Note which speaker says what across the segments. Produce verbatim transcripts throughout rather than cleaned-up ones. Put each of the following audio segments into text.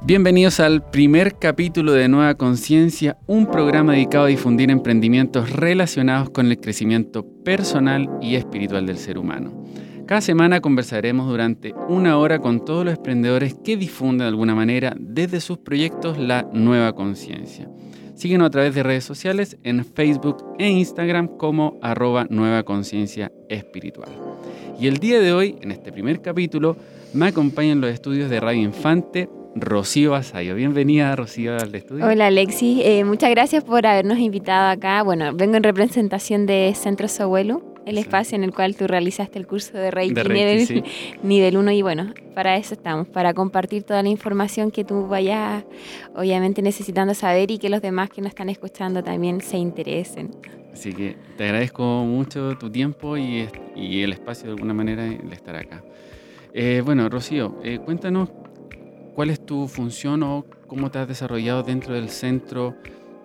Speaker 1: Bienvenidos al primer capítulo de Nueva Conciencia, un programa dedicado a difundir emprendimientos relacionados con el crecimiento personal y espiritual del ser humano. Cada semana conversaremos durante una hora con todos los emprendedores que difunden de alguna manera desde sus proyectos la nueva conciencia. Síguenos a través de redes sociales en Facebook e Instagram como arroba Nueva Conciencia Espiritual. Y el día de hoy, en este primer capítulo, me acompañan los estudios de Radio Infante Rocío Basayo. Bienvenida, Rocío, al estudio.
Speaker 2: Hola, Alexis. Eh, muchas gracias por habernos invitado acá. Bueno, vengo en representación de Centro Sohuelu, el sí. espacio en el cual tú realizaste el curso de Reiki, de Reiki nivel, sí. nivel uno. Y bueno, para eso estamos, para compartir toda la información que tú vayas, obviamente, necesitando saber y que los demás que nos están escuchando también se interesen.
Speaker 1: Así que te agradezco mucho tu tiempo y, y el espacio, de alguna manera, de estar acá. Eh, bueno, Rocío, eh, cuéntanos ¿cuál es tu función o cómo te has desarrollado dentro del centro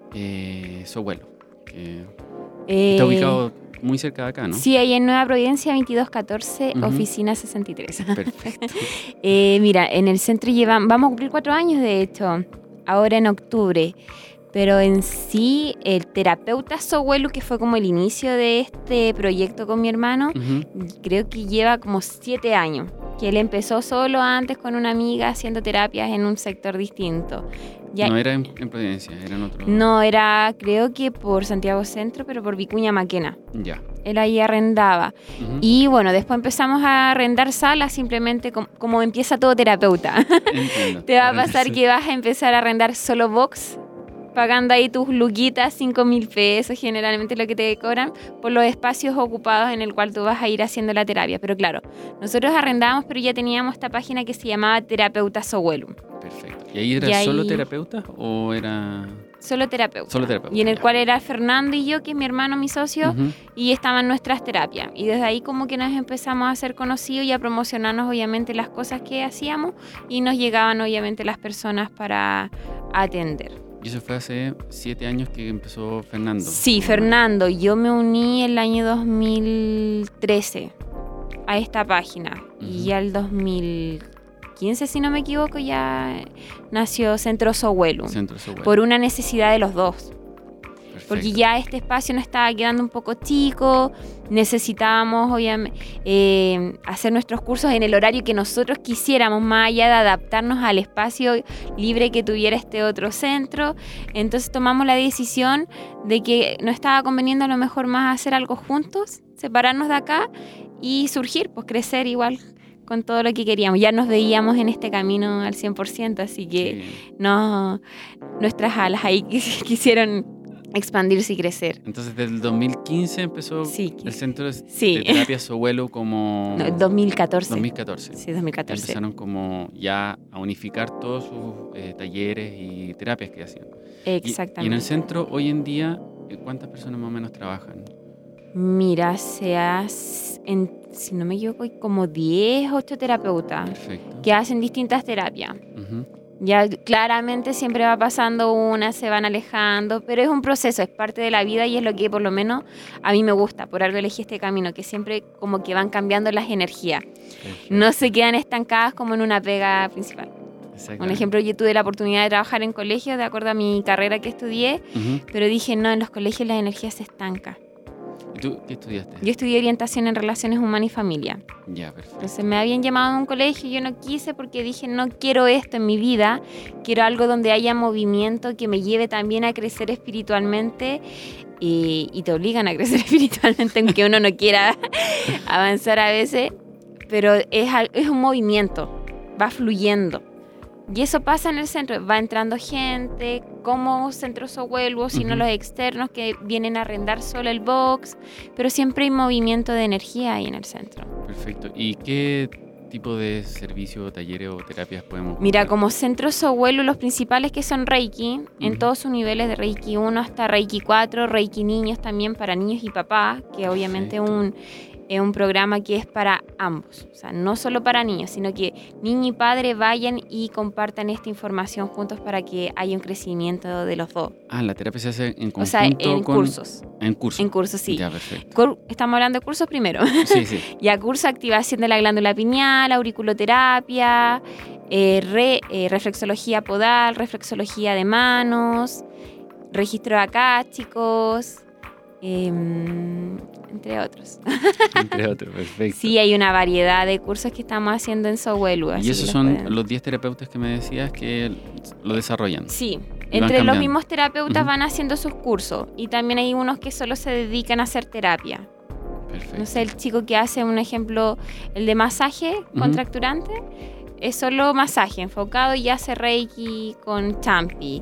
Speaker 1: eh, Sohuelu? Que eh, está ubicado muy cerca de acá, ¿no?
Speaker 2: Sí, ahí en Nueva Providencia, veintidós catorce, uh-huh. oficina sesenta y tres.
Speaker 1: Perfecto.
Speaker 2: eh, mira, en el centro llevan, vamos a cumplir cuatro años, de hecho, ahora en octubre. Pero en sí, el terapeuta Sohuelu, que fue como el inicio de este proyecto con mi hermano, uh-huh. creo que lleva como siete años. Que él empezó solo antes con una amiga haciendo terapias en un sector distinto. Ya,
Speaker 1: no era en, en Providencia, era en otro.
Speaker 2: No, era creo que por Santiago Centro, pero por Vicuña Maquena.
Speaker 1: Ya.
Speaker 2: Él ahí arrendaba. Uh-huh. Y bueno, después empezamos a arrendar salas simplemente como, como empieza todo terapeuta.
Speaker 1: Entiendo.
Speaker 2: Te va a pasar que vas a empezar a arrendar solo box, pagando ahí tus luquitas, cinco mil pesos, generalmente lo que te cobran, por los espacios ocupados en el cual tú vas a ir haciendo la terapia. Pero claro, nosotros arrendábamos, pero ya teníamos esta página que se llamaba Terapeuta Sohuelu.
Speaker 1: Perfecto. ¿Y ahí era y ahí... solo terapeuta o era...?
Speaker 2: Solo terapeuta.
Speaker 1: Solo terapeuta.
Speaker 2: Y en el ya. cual era Fernando y yo, que es mi hermano, mi socio, uh-huh. y estaban nuestras terapias. Y desde ahí como que nos empezamos a hacer conocidos y a promocionarnos obviamente las cosas que hacíamos y nos llegaban obviamente las personas para atender.
Speaker 1: Y eso fue hace siete años que empezó Fernando.
Speaker 2: Sí, Fernando. Yo me uní el año dos mil trece a esta página. Uh-huh. Y ya el dos mil quince, si no me equivoco, ya nació Centro Sohuelu.
Speaker 1: Centro Sohuelu.
Speaker 2: Por una necesidad de los dos.
Speaker 1: Perfecto.
Speaker 2: Porque ya este espacio nos estaba quedando un poco chico, necesitábamos obviamente eh, hacer nuestros cursos en el horario que nosotros quisiéramos, más allá de adaptarnos al espacio libre que tuviera este otro centro. Entonces tomamos la decisión de que nos estaba conveniendo a lo mejor más hacer algo juntos, separarnos de acá y surgir, pues crecer igual con todo lo que queríamos. Ya nos veíamos en este camino al cien por ciento, así que sí. no, nuestras alas ahí quisieron expandirse y crecer.
Speaker 1: Entonces, desde el dos mil quince empezó
Speaker 2: sí,
Speaker 1: el centro de,
Speaker 2: sí.
Speaker 1: de terapia Sohuelu como...
Speaker 2: No, dos mil catorce.
Speaker 1: dos mil catorce.
Speaker 2: Sí, dos mil catorce.
Speaker 1: Empezaron como ya a unificar todos sus eh, talleres y terapias que hacían.
Speaker 2: Exactamente.
Speaker 1: Y, y en el centro, hoy en día, ¿cuántas personas más o menos trabajan?
Speaker 2: Mira, se hace, en, si no me equivoco, hay como diez, ocho terapeutas.
Speaker 1: Perfecto.
Speaker 2: Que hacen distintas terapias.
Speaker 1: Uh-huh.
Speaker 2: Ya claramente siempre va pasando una, se van alejando, pero es un proceso, es parte de la vida y es lo que por lo menos a mí me gusta. Por algo elegí este camino, que siempre como que van cambiando las energías. Perfecto. No se quedan estancadas como en una pega principal. Un ejemplo, yo tuve la oportunidad de trabajar en colegios de acuerdo a mi carrera que estudié, uh-huh. pero dije, no, en los colegios la energía se estanca.
Speaker 1: ¿Y tú qué estudiaste?
Speaker 2: Yo estudié orientación en relaciones humanas y familia.
Speaker 1: Ya, perfecto.
Speaker 2: Entonces me habían llamado a un colegio y yo no quise porque dije, no quiero esto en mi vida, quiero algo donde haya movimiento que me lleve también a crecer espiritualmente y, y te obligan a crecer espiritualmente aunque uno no quiera avanzar a veces, pero es, es un movimiento, va fluyendo. Y eso pasa en el centro, va entrando gente, como Centro Sohuelu, sino uh-huh. los externos que vienen a arrendar solo el box, pero siempre hay movimiento de energía ahí en el centro.
Speaker 1: Perfecto. ¿Y qué tipo de servicio, talleres o terapias podemos
Speaker 2: Mira,
Speaker 1: buscar?
Speaker 2: como Centro Sohuelu, los principales que son Reiki, uh-huh. en todos sus niveles de Reiki uno hasta Reiki cuatro, Reiki niños también para niños y papás, que obviamente es un... es un programa que es para ambos, o sea, no solo para niños, sino que niño y padre vayan y compartan esta información juntos para que haya un crecimiento de los dos.
Speaker 1: Ah, la terapia se hace en conjunto.
Speaker 2: O sea, en
Speaker 1: con...
Speaker 2: cursos.
Speaker 1: En cursos.
Speaker 2: En cursos, sí.
Speaker 1: Ya, perfecto.
Speaker 2: Cur- Estamos hablando de cursos primero.
Speaker 1: Sí, sí.
Speaker 2: Ya curso activación de la glándula pineal, auriculoterapia, eh, re, eh, reflexología podal, reflexología de manos, registro acásticos, eh, entre otros.
Speaker 1: Entre otros, perfecto.
Speaker 2: Sí, hay una variedad de cursos que estamos haciendo en Sowelu.
Speaker 1: Y esos son pueden... los diez terapeutas que me decías que lo desarrollan.
Speaker 2: Sí, entre los mismos terapeutas uh-huh. van haciendo sus cursos y también hay unos que solo se dedican a hacer terapia.
Speaker 1: Perfecto.
Speaker 2: No sé, el chico que hace, un ejemplo, el de masaje uh-huh. contracturante, es solo masaje enfocado y hace Reiki con Champi.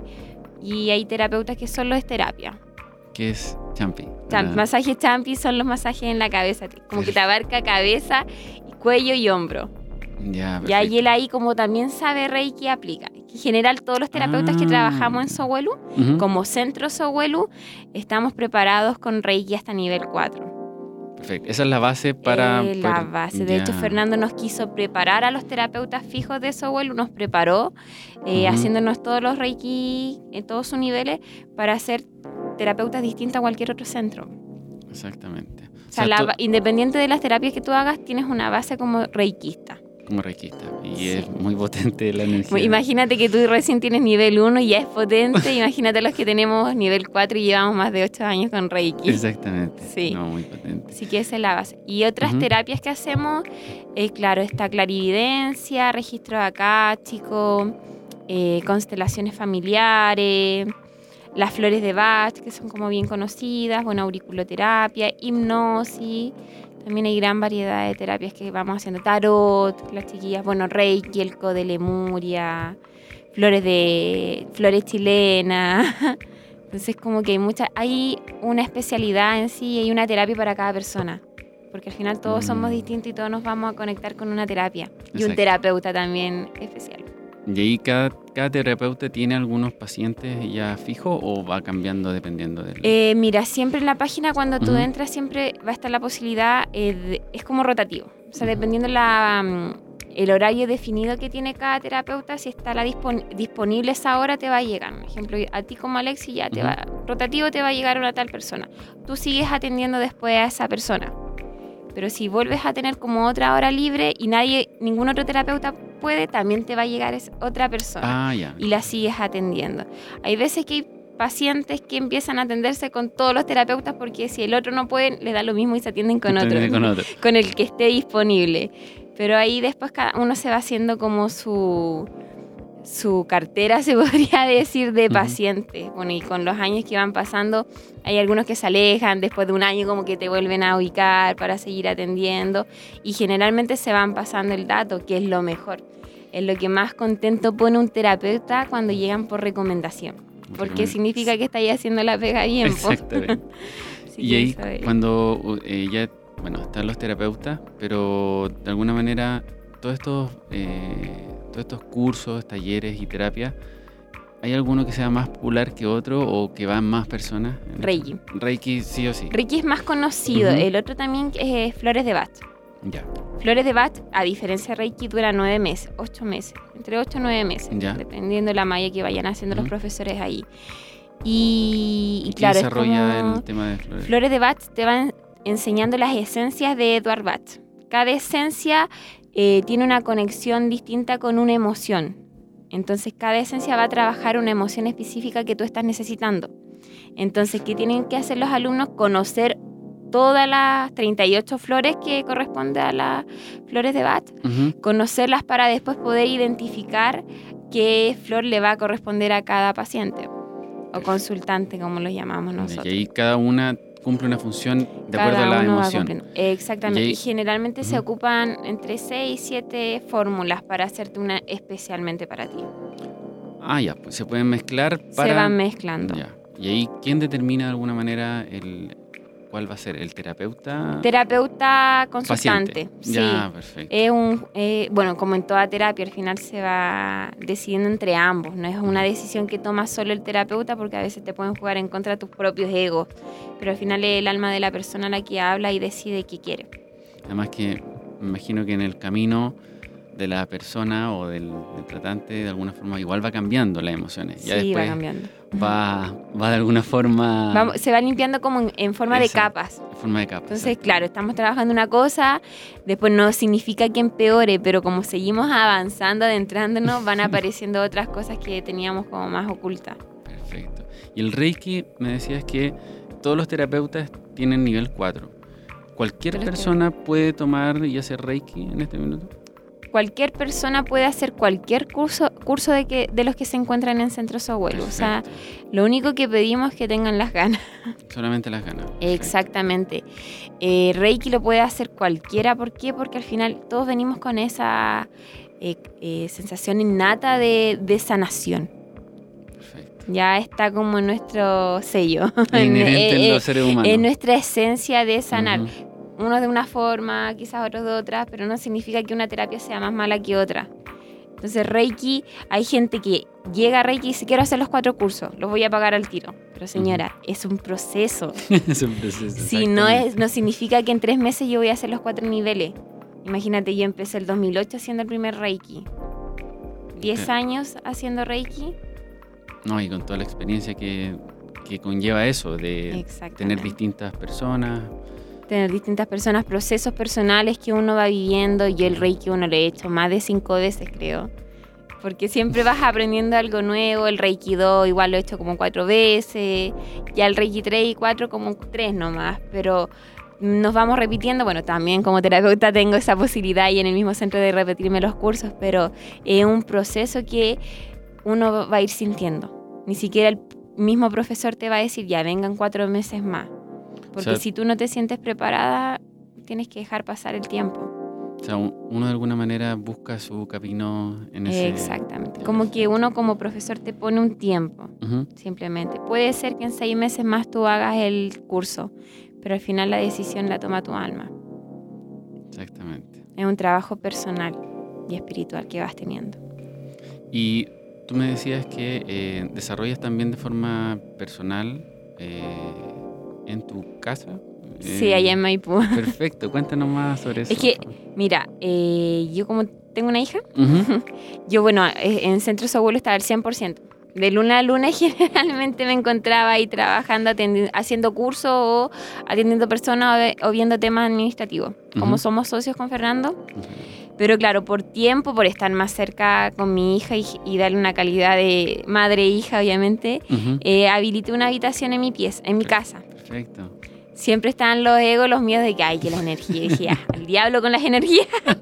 Speaker 2: Y hay terapeutas que solo es terapia.
Speaker 1: ¿Qué es Champi?
Speaker 2: Champi. Masaje Champi son los masajes en la cabeza, como que te abarca cabeza, cuello y hombro.
Speaker 1: Ya,
Speaker 2: y ahí él ahí como también sabe Reiki aplica. En general todos los terapeutas ah, que trabajamos en Sowelu, uh-huh. como centro Sowelu, estamos preparados con Reiki hasta nivel cuatro.
Speaker 1: Perfecto, esa es la base para...
Speaker 2: Eh, la
Speaker 1: por...
Speaker 2: base, de ya. hecho Fernando nos quiso preparar a los terapeutas fijos de Sowelu, nos preparó eh, uh-huh. haciéndonos todos los Reiki en todos sus niveles para ser terapeutas distintos a cualquier otro centro.
Speaker 1: Exactamente.
Speaker 2: O sea, o sea la, tú... independiente de las terapias que tú hagas, tienes una base como reikista.
Speaker 1: Como reikista. Y sí. es muy potente la energía.
Speaker 2: Imagínate que tú recién tienes nivel uno y ya es potente. Imagínate los que tenemos nivel cuatro y llevamos más de ocho años con Reiki.
Speaker 1: Exactamente.
Speaker 2: Sí.
Speaker 1: No, muy potente.
Speaker 2: Sí que esa es la base. Y otras uh-huh. terapias que hacemos, eh, claro, está clarividencia, registro acástico, eh, constelaciones familiares, las flores de Bach, que son como bien conocidas, bueno, auriculoterapia, hipnosis. También hay gran variedad de terapias que vamos haciendo. Tarot, las chiquillas, bueno, Reiki, el Co de Lemuria, flores de flores chilenas. Entonces como que hay mucha, hay una especialidad en sí y hay una terapia para cada persona. Porque al final todos mm. somos distintos y todos nos vamos a conectar con una terapia. Exacto. Y un terapeuta también especial.
Speaker 1: ¿Y ahí cada, cada terapeuta tiene algunos pacientes ya fijos o va cambiando dependiendo del...?
Speaker 2: Eh, mira, siempre en la página cuando tú uh-huh. entras siempre va a estar la posibilidad, eh, de, es como rotativo. O sea, uh-huh. dependiendo la, um, el horario definido que tiene cada terapeuta, si está la dispon- disponible esa hora te va a llegar. Por ejemplo, a ti como Alexi ya te uh-huh. va, rotativo te va a llegar una tal persona. Tú sigues atendiendo después a esa persona. Pero si vuelves a tener como otra hora libre y nadie, ningún otro terapeuta puede, también te va a llegar esa otra persona
Speaker 1: ah, yeah.
Speaker 2: y la sigues atendiendo. Hay veces que hay pacientes que empiezan a atenderse con todos los terapeutas porque si el otro no puede, les da lo mismo y se atienden con otro,
Speaker 1: con otro,
Speaker 2: con el que esté disponible. Pero ahí después cada uno se va haciendo como su... su cartera, se podría decir, de pacientes. Uh-huh. Bueno, y con los años que van pasando, hay algunos que se alejan, después de un año como que te vuelven a ubicar para seguir atendiendo, y generalmente se van pasando el dato, que es lo mejor. Es lo que más contento pone un terapeuta cuando llegan por recomendación, porque Recomend- significa que está ahí haciendo la pega bien.
Speaker 1: Exactamente. Y ahí cuando eh, ya, bueno, están los terapeutas, pero de alguna manera todos estos... Eh, todos estos cursos, talleres y terapias, ¿hay alguno que sea más popular que otro o que van más personas?
Speaker 2: Reiki.
Speaker 1: Reiki sí o sí.
Speaker 2: Reiki es más conocido. Uh-huh. El otro también es Flores de Bach.
Speaker 1: Ya.
Speaker 2: Flores de Bach, a diferencia de Reiki, dura nueve meses, ocho meses, entre ocho y nueve meses,
Speaker 1: ya.
Speaker 2: dependiendo de la malla que vayan haciendo uh-huh. los profesores ahí. Y, y
Speaker 1: ¿Y
Speaker 2: claro,
Speaker 1: desarrolla
Speaker 2: es como
Speaker 1: el tema de Flores?
Speaker 2: Flores de Bach te van enseñando las esencias de Edward Bach. Cada esencia Eh, tiene una conexión distinta con una emoción. Entonces, cada esencia va a trabajar una emoción específica que tú estás necesitando. Entonces, ¿qué tienen que hacer los alumnos? Conocer todas las treinta y ocho flores que corresponden a las flores de Bach, uh-huh. conocerlas para después poder identificar qué flor le va a corresponder a cada paciente o consultante, como lo llamamos nosotros.
Speaker 1: Y ahí cada una cumple una función de
Speaker 2: Cada
Speaker 1: acuerdo a la
Speaker 2: uno
Speaker 1: emoción.
Speaker 2: Exactamente. Y, ahí, y generalmente uh-huh. se ocupan entre seis y siete fórmulas para hacerte una especialmente para ti.
Speaker 1: Ah, ya, pues se pueden mezclar para...
Speaker 2: Se van mezclando.
Speaker 1: Ya. Y ahí, ¿quién determina de alguna manera el cuál va a ser? ¿El terapeuta?
Speaker 2: Terapeuta consultante.
Speaker 1: Paciente.
Speaker 2: Sí.
Speaker 1: Ya, perfecto.
Speaker 2: Es un, eh, bueno, como en toda terapia, al final se va decidiendo entre ambos. No es una decisión que toma solo el terapeuta porque a veces te pueden jugar en contra de tus propios egos. Pero al final es el alma de la persona la que habla y decide qué quiere.
Speaker 1: Además que me imagino que en el camino de la persona o del, del tratante, de alguna forma, igual va cambiando las emociones. Ya
Speaker 2: sí,
Speaker 1: después
Speaker 2: va cambiando.
Speaker 1: Va, va de alguna forma...
Speaker 2: Vamos, se va limpiando como en, en forma
Speaker 1: Exacto,
Speaker 2: de capas.
Speaker 1: En forma de capas.
Speaker 2: Entonces,
Speaker 1: exacto.
Speaker 2: claro, estamos trabajando una cosa, después no significa que empeore, pero como seguimos avanzando, adentrándonos, van apareciendo otras cosas que teníamos como más ocultas.
Speaker 1: Perfecto. Y el Reiki, me decías que todos los terapeutas tienen nivel cuatro. ¿Cualquier
Speaker 2: Pero
Speaker 1: persona que... puede tomar y hacer Reiki en este minuto?
Speaker 2: Cualquier persona puede hacer cualquier curso, curso de, que, de los que se encuentran en Centro Sohuelo. O sea, lo único que pedimos es que tengan las ganas.
Speaker 1: Solamente las ganas.
Speaker 2: Exactamente. Eh, Reiki lo puede hacer cualquiera. ¿Por qué? Porque al final todos venimos con esa eh, eh, sensación innata de, de sanación.
Speaker 1: Perfecto.
Speaker 2: Ya está como en nuestro sello.
Speaker 1: Inherente en,
Speaker 2: en
Speaker 1: los seres humanos.
Speaker 2: En nuestra esencia de sanar.
Speaker 1: Uh-huh.
Speaker 2: Unos de una forma, quizás otros de otra, pero no significa que una terapia sea más mala que otra. Entonces Reiki, hay gente que llega a Reiki y dice, quiero hacer los cuatro cursos, los voy a pagar al tiro. Pero señora, uh-huh. es un proceso.
Speaker 1: Es un proceso.
Speaker 2: Sí, no, es, no significa que en tres meses yo voy a hacer los cuatro niveles. Imagínate, yo empecé el dos mil ocho haciendo el primer Reiki. diez okay. años haciendo Reiki.
Speaker 1: No, y con toda la experiencia que, que conlleva eso, de tener distintas personas...
Speaker 2: tener distintas personas, procesos personales que uno va viviendo. Yo el Reiki uno lo he hecho más de cinco veces, creo. Porque siempre vas aprendiendo algo nuevo. El Reiki dos igual lo he hecho como cuatro veces. Ya el Reiki tres y cuatro como tres nomás. Pero nos vamos repitiendo. Bueno, también como terapeuta tengo esa posibilidad y en el mismo centro de repetirme los cursos. Pero es un proceso que uno va a ir sintiendo. Ni siquiera el mismo profesor te va a decir, ya, vengan cuatro meses más. Porque o sea, si tú no te sientes preparada, tienes que dejar pasar el tiempo.
Speaker 1: O sea, uno de alguna manera busca su camino en ese...
Speaker 2: Exactamente. Como que uno como profesor te pone un tiempo, uh-huh. simplemente. Puede ser que en seis meses más tú hagas el curso, pero al final la decisión la toma tu alma.
Speaker 1: Exactamente.
Speaker 2: Es un trabajo personal y espiritual que vas teniendo.
Speaker 1: Y tú me decías que eh, desarrollas también de forma personal... Eh, ¿en tu casa?
Speaker 2: Sí, eh, allá en Maipú.
Speaker 1: Perfecto, cuéntanos más sobre eso.
Speaker 2: Es que, mira, eh, yo como tengo una hija, uh-huh. yo, bueno, en Centro Sohuelo estaba al cien por ciento. De luna a luna generalmente me encontraba ahí trabajando, atendi- haciendo cursos o atendiendo personas o, o viendo temas administrativos. Uh-huh. Como somos socios con Fernando. Uh-huh. Pero claro, por tiempo, por estar más cerca con mi hija y, y darle una calidad de madre e hija, obviamente, uh-huh. eh, habilité una habitación en mi pieza, en mi casa.
Speaker 1: Perfecto.
Speaker 2: Siempre están los egos, los miedos de que, ay, que la energía. Y dije, ya, al diablo con las energías.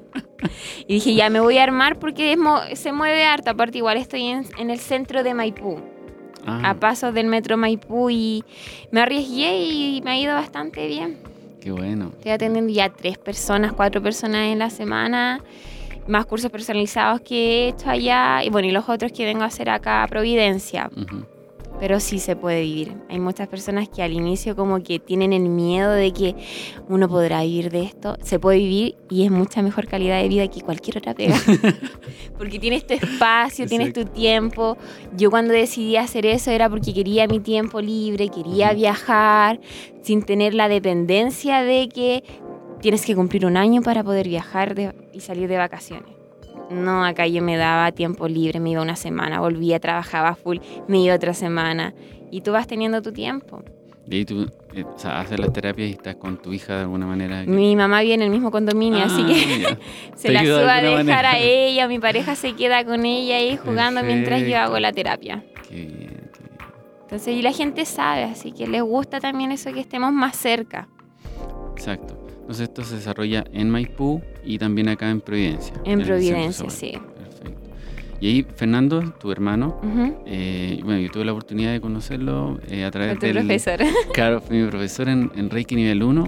Speaker 2: Y dije, ya, me voy a armar porque es mo- se mueve harto. Aparte, igual estoy en, en el centro de Maipú, ah. a pasos del metro Maipú, y me arriesgué y me ha ido bastante bien.
Speaker 1: Qué bueno.
Speaker 2: Estoy atendiendo ya tres personas, cuatro personas en la semana, más cursos personalizados que he hecho allá, y bueno, y los otros que vengo a hacer acá a Providencia. Uh-huh. Pero sí se puede vivir. Hay muchas personas que al inicio como que tienen el miedo de que uno podrá vivir de esto. Se puede vivir y es mucha mejor calidad de vida que cualquier otra pega. Porque tienes tu espacio, tienes tu tiempo. Yo cuando decidí hacer eso era porque quería mi tiempo libre, quería uh-huh. viajar sin tener la dependencia de que tienes que cumplir un año para poder viajar de, y salir de vacaciones. No, acá yo me daba tiempo libre, me iba una semana, volvía, trabajaba full, me iba otra semana. Y tú vas teniendo tu tiempo.
Speaker 1: Y tú eh, o sea, haces las terapias y estás con tu hija de alguna manera. Que...
Speaker 2: Mi mamá vive en el mismo condominio, ah, así que se la subo a dejar manera. a ella, mi pareja se queda con ella ahí jugando Perfecto. mientras yo hago la terapia.
Speaker 1: Qué bien, qué bien.
Speaker 2: Entonces, y la gente sabe, así que les gusta también eso que estemos más cerca.
Speaker 1: Exacto. Entonces esto se desarrolla en Maipú y también acá en Providencia.
Speaker 2: En, en Providencia, sí.
Speaker 1: Perfecto. Y ahí Fernando, tu hermano, uh-huh. eh, bueno, yo tuve la oportunidad de conocerlo eh, a través
Speaker 2: de...
Speaker 1: del...
Speaker 2: profesor.
Speaker 1: Claro, fue mi profesor en, en Reiki nivel uno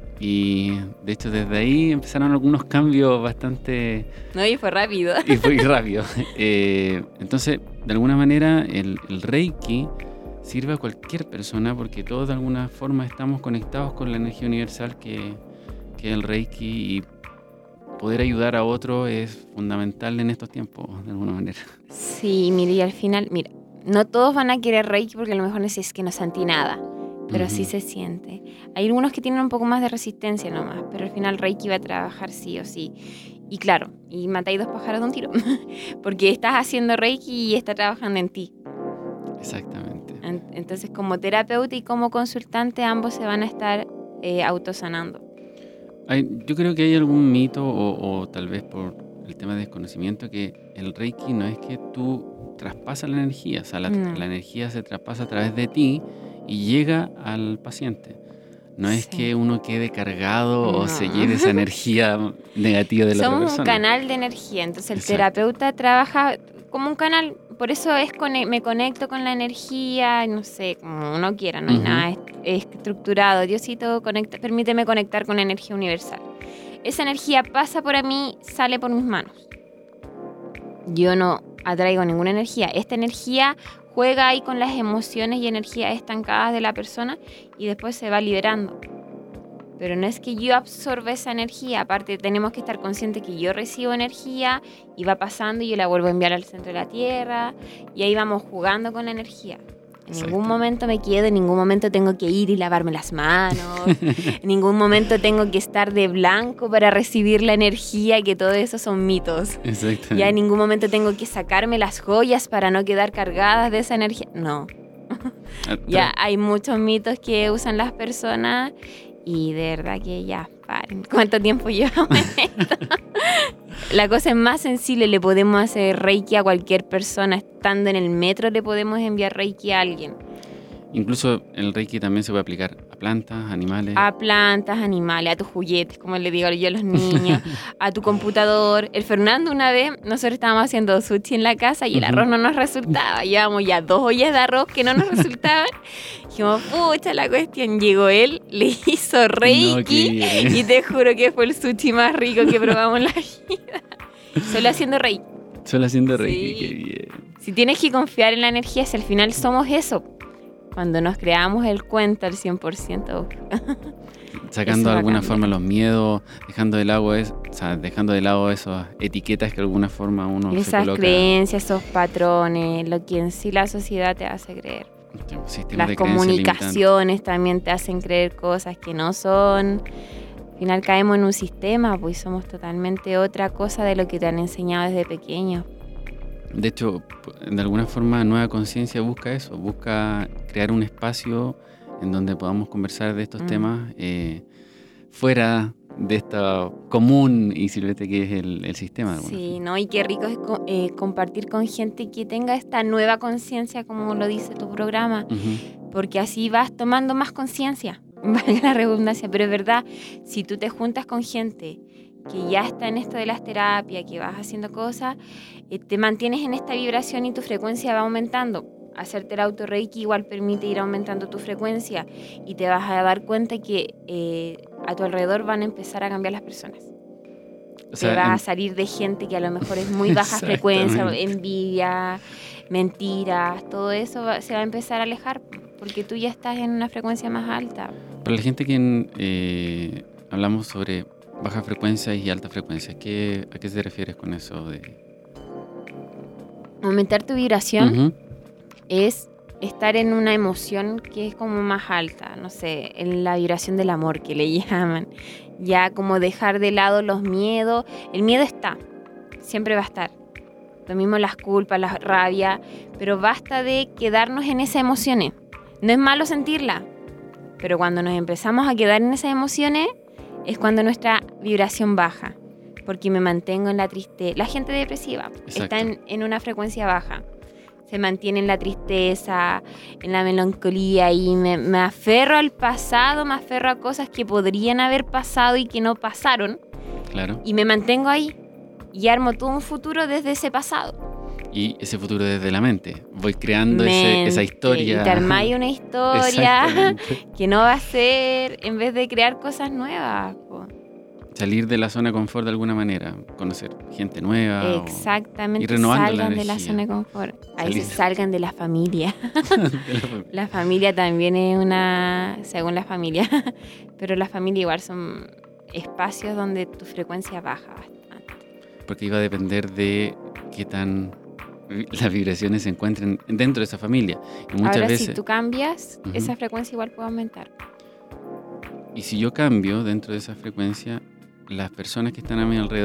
Speaker 1: y de hecho desde ahí empezaron algunos cambios bastante...
Speaker 2: No, y fue rápido.
Speaker 1: Y fue rápido. eh, entonces, de alguna manera, el, el Reiki sirve a cualquier persona porque todos de alguna forma estamos conectados con la energía universal que... que el Reiki, y poder ayudar a otro es fundamental en estos tiempos, de alguna manera.
Speaker 2: Sí, mira, y al final, mira, no todos van a querer Reiki porque a lo mejor es que no sentí nada, pero uh-huh. sí se siente. Hay algunos que tienen un poco más de resistencia nomás, pero al final Reiki va a trabajar sí o sí. Y claro, y matáis dos pájaros de un tiro, porque estás haciendo Reiki y está trabajando en ti.
Speaker 1: Exactamente.
Speaker 2: Entonces, como terapeuta y como consultante, ambos se van a estar eh, autosanando.
Speaker 1: Hay, yo creo que hay algún mito, o, o tal vez por el tema de desconocimiento, que el Reiki no es que tú traspasas la energía, o sea, la,
Speaker 2: No.
Speaker 1: la energía se traspasa a través de ti y llega al paciente. No es
Speaker 2: Sí.
Speaker 1: que uno quede cargado
Speaker 2: No.
Speaker 1: o se lleve esa energía negativa de la
Speaker 2: Somos
Speaker 1: otra
Speaker 2: un
Speaker 1: persona.
Speaker 2: canal de energía, entonces el
Speaker 1: Exacto.
Speaker 2: terapeuta trabaja como un canal, por eso es con, me conecto con la energía, no sé, como uno quiera, no hay
Speaker 1: Ujú.
Speaker 2: nada es- estructurado. Diosito, conecta, permíteme conectar con la energía universal. Esa energía pasa por mí, sale por mis manos. Yo no atraigo ninguna energía. Esta energía juega ahí con las emociones y energías estancadas de la persona y después se va liberando. Pero no es que yo absorba esa energía, aparte tenemos que estar conscientes que yo recibo energía y va pasando y yo la vuelvo a enviar al centro de la Tierra y ahí vamos jugando con la energía. En
Speaker 1: Exacto.
Speaker 2: ningún momento me quedo, en ningún momento tengo que ir y lavarme las manos, en ningún momento tengo que estar de blanco para recibir la energía, que todo eso son mitos.
Speaker 1: Exactamente.
Speaker 2: Ya en ningún momento tengo que sacarme las joyas para no quedar cargadas de esa energía. No,
Speaker 1: Ah,
Speaker 2: ya hay muchos mitos que usan las personas y de verdad que ya, paren. ¿Cuánto tiempo llevamos en esto? La cosa es más sensible, le podemos hacer Reiki a cualquier persona. Estando en el metro le podemos enviar Reiki a alguien.
Speaker 1: Incluso el Reiki también se puede aplicar a plantas, animales.
Speaker 2: A plantas, animales, a tus juguetes, como le digo yo a los niños, a tu computador. El Fernando una vez, nosotros estábamos haciendo sushi en la casa y el
Speaker 1: Ujú.
Speaker 2: arroz no nos resultaba. Llevábamos ya dos ollas de arroz que no nos resultaban. Dijimos, pucha, la cuestión. Llegó él, le hizo
Speaker 1: No,
Speaker 2: Reiki
Speaker 1: qué bien.
Speaker 2: y te juro que fue el sushi más rico que probamos en la vida. Solo haciendo Reiki.
Speaker 1: Solo haciendo Reiki,
Speaker 2: Sí.
Speaker 1: qué bien.
Speaker 2: Si tienes que confiar en la energía, si al final somos eso. Cuando nos creamos el cuento al cien por ciento.
Speaker 1: Sacando
Speaker 2: Eso
Speaker 1: de
Speaker 2: va a
Speaker 1: alguna
Speaker 2: cambiar.
Speaker 1: forma los miedos, dejando de lado es, o sea, dejando de lado esas etiquetas que de alguna forma uno se
Speaker 2: Esas
Speaker 1: coloca.
Speaker 2: creencias, esos patrones, lo que en sí la sociedad te hace creer.
Speaker 1: Sistemas
Speaker 2: Las
Speaker 1: de creencias limitantes.
Speaker 2: comunicaciones también te hacen creer cosas que no son. Al final caemos en un sistema, pues somos totalmente otra cosa de lo que te han enseñado desde pequeño.
Speaker 1: De hecho, de alguna forma, Nueva Conciencia busca eso, busca crear un espacio en donde podamos conversar de estos
Speaker 2: Mm.
Speaker 1: temas eh, fuera de esta común y silvestre que es el, el sistema. De alguna
Speaker 2: Sí, ¿no? Y qué rico es co- eh, compartir con gente que tenga esta nueva conciencia, como lo dice tu programa,
Speaker 1: forma. Ujú.
Speaker 2: porque así vas tomando más conciencia, valga la redundancia, pero es verdad, si tú te juntas con gente que ya está en esto de las terapias, que vas haciendo cosas, eh, te mantienes en esta vibración y tu frecuencia va aumentando. Hacerte el auto Reiki igual permite ir aumentando tu frecuencia y te vas a dar cuenta que eh, a tu alrededor van a empezar a cambiar las personas.
Speaker 1: O
Speaker 2: Te
Speaker 1: sea,
Speaker 2: vas a
Speaker 1: en-
Speaker 2: salir de gente que a lo mejor es muy baja frecuencia,
Speaker 1: Exactamente.
Speaker 2: envidia, mentiras, todo eso va- se va a empezar a alejar porque tú ya estás en una frecuencia más alta.
Speaker 1: para la gente que eh, hablamos sobre baja frecuencia y alta frecuencia, ¿qué, ¿a qué te refieres con eso? De...
Speaker 2: Aumentar tu vibración
Speaker 1: Ujú.
Speaker 2: es estar en una emoción que es como más alta, no sé, en la vibración del amor que le llaman. Ya como dejar de lado los miedos. El miedo está, siempre va a estar. Lo mismo las culpas, la rabia, pero basta de quedarnos en esas emociones. No es malo sentirla, pero cuando nos empezamos a quedar en esas emociones es cuando nuestra vibración baja, porque me mantengo en la tristeza. La gente depresiva
Speaker 1: Exacto.
Speaker 2: está en, en una frecuencia baja. Se mantiene en la tristeza, en la melancolía y me, me aferro al pasado, me aferro a cosas que podrían haber pasado y que no pasaron
Speaker 1: Claro.
Speaker 2: y me mantengo ahí y armo todo un futuro desde ese pasado.
Speaker 1: Y ese futuro desde la mente. Voy creando ese-
Speaker 2: Mente,
Speaker 1: esa historia.
Speaker 2: Y te armáis una historia
Speaker 1: Exactamente.
Speaker 2: que no va a ser en vez de crear cosas nuevas. po.
Speaker 1: Salir de la zona de confort de alguna manera. Conocer gente nueva. o-
Speaker 2: Exactamente,
Speaker 1: ir renovando la
Speaker 2: salgan de la
Speaker 1: energía.
Speaker 2: zona de confort. Ahí
Speaker 1: Salir.
Speaker 2: se salgan de la familia.
Speaker 1: de la familia.
Speaker 2: La familia también es una, según la familia, pero la familia igual son espacios donde tu frecuencia baja bastante.
Speaker 1: Porque iba a depender de qué tan vi- las vibraciones se encuentren dentro de esa familia. Y muchas
Speaker 2: Ahora,
Speaker 1: veces,
Speaker 2: si tú cambias,
Speaker 1: Ujú.
Speaker 2: esa frecuencia igual puede aumentar.
Speaker 1: y si yo cambio dentro de esa frecuencia, las personas que están a mi alrededor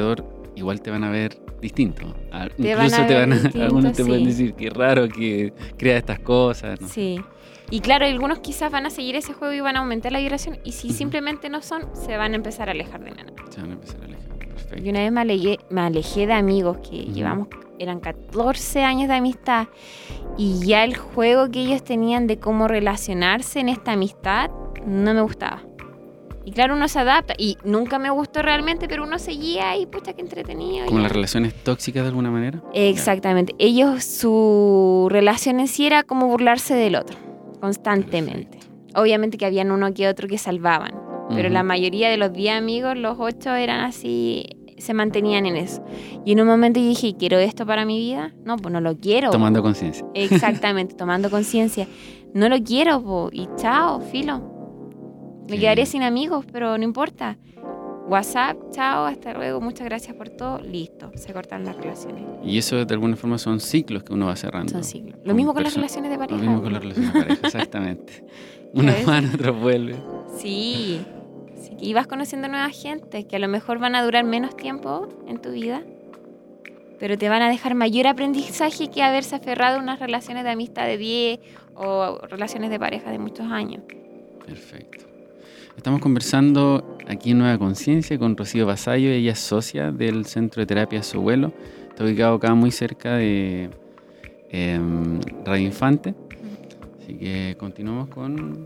Speaker 1: igual te van a ver distinto. A,
Speaker 2: Te
Speaker 1: incluso
Speaker 2: van a
Speaker 1: te
Speaker 2: ver
Speaker 1: van a,
Speaker 2: distinto,
Speaker 1: algunos te
Speaker 2: sí.
Speaker 1: pueden decir que raro que crea estas cosas. ¿No?
Speaker 2: Sí. Y claro, algunos quizás van a seguir ese juego y van a aumentar la vibración. Y si
Speaker 1: Ujú.
Speaker 2: simplemente no son, se van a empezar a alejar de nada.
Speaker 1: Se van a empezar a alejar. Perfecto.
Speaker 2: Y una vez me alejé, me alejé de amigos que
Speaker 1: Ujú.
Speaker 2: llevamos, eran catorce años de amistad. Y ya el juego que ellos tenían de cómo relacionarse en esta amistad no me gustaba. Y claro, uno se adapta. Y nunca me gustó realmente, pero uno seguía y pucha, qué entretenido.
Speaker 1: Como
Speaker 2: ya.
Speaker 1: las relaciones tóxicas de alguna manera.
Speaker 2: Exactamente. Ellos, su relación en sí era como burlarse del otro, constantemente.
Speaker 1: Perfecto.
Speaker 2: Obviamente que habían uno que otro que salvaban, pero
Speaker 1: Ujú.
Speaker 2: la mayoría de los diez amigos, los ocho eran así, se mantenían en eso. Y en un momento yo dije, ¿quiero esto para mi vida? No, pues no lo quiero.
Speaker 1: Tomando conciencia.
Speaker 2: Exactamente, tomando conciencia. No lo quiero, po, y chao, filo. Me
Speaker 1: Qué
Speaker 2: quedaré
Speaker 1: bien.
Speaker 2: sin amigos, pero no importa. WhatsApp, chao, hasta luego, muchas gracias por todo, listo, se cortan las relaciones.
Speaker 1: Y eso de alguna forma son ciclos que uno va cerrando.
Speaker 2: Son siglos. Lo mismo con las
Speaker 1: perso-
Speaker 2: relaciones de pareja.
Speaker 1: Lo mismo con las relaciones de pareja, exactamente. Una
Speaker 2: veces-
Speaker 1: mano, otra vuelve.
Speaker 2: Sí, sí, y vas conociendo nueva gente que a lo mejor van a durar menos tiempo en tu vida, pero te van a dejar mayor aprendizaje que haberse aferrado a unas relaciones de amistad de diez o relaciones de pareja de muchos años.
Speaker 1: Perfecto. Estamos conversando aquí en Nueva Conciencia con Rocío Vasallo. Ella es socia del Centro de Terapia Sobuelo. Está ubicado acá muy cerca de eh, Radio Infante. Así que continuamos con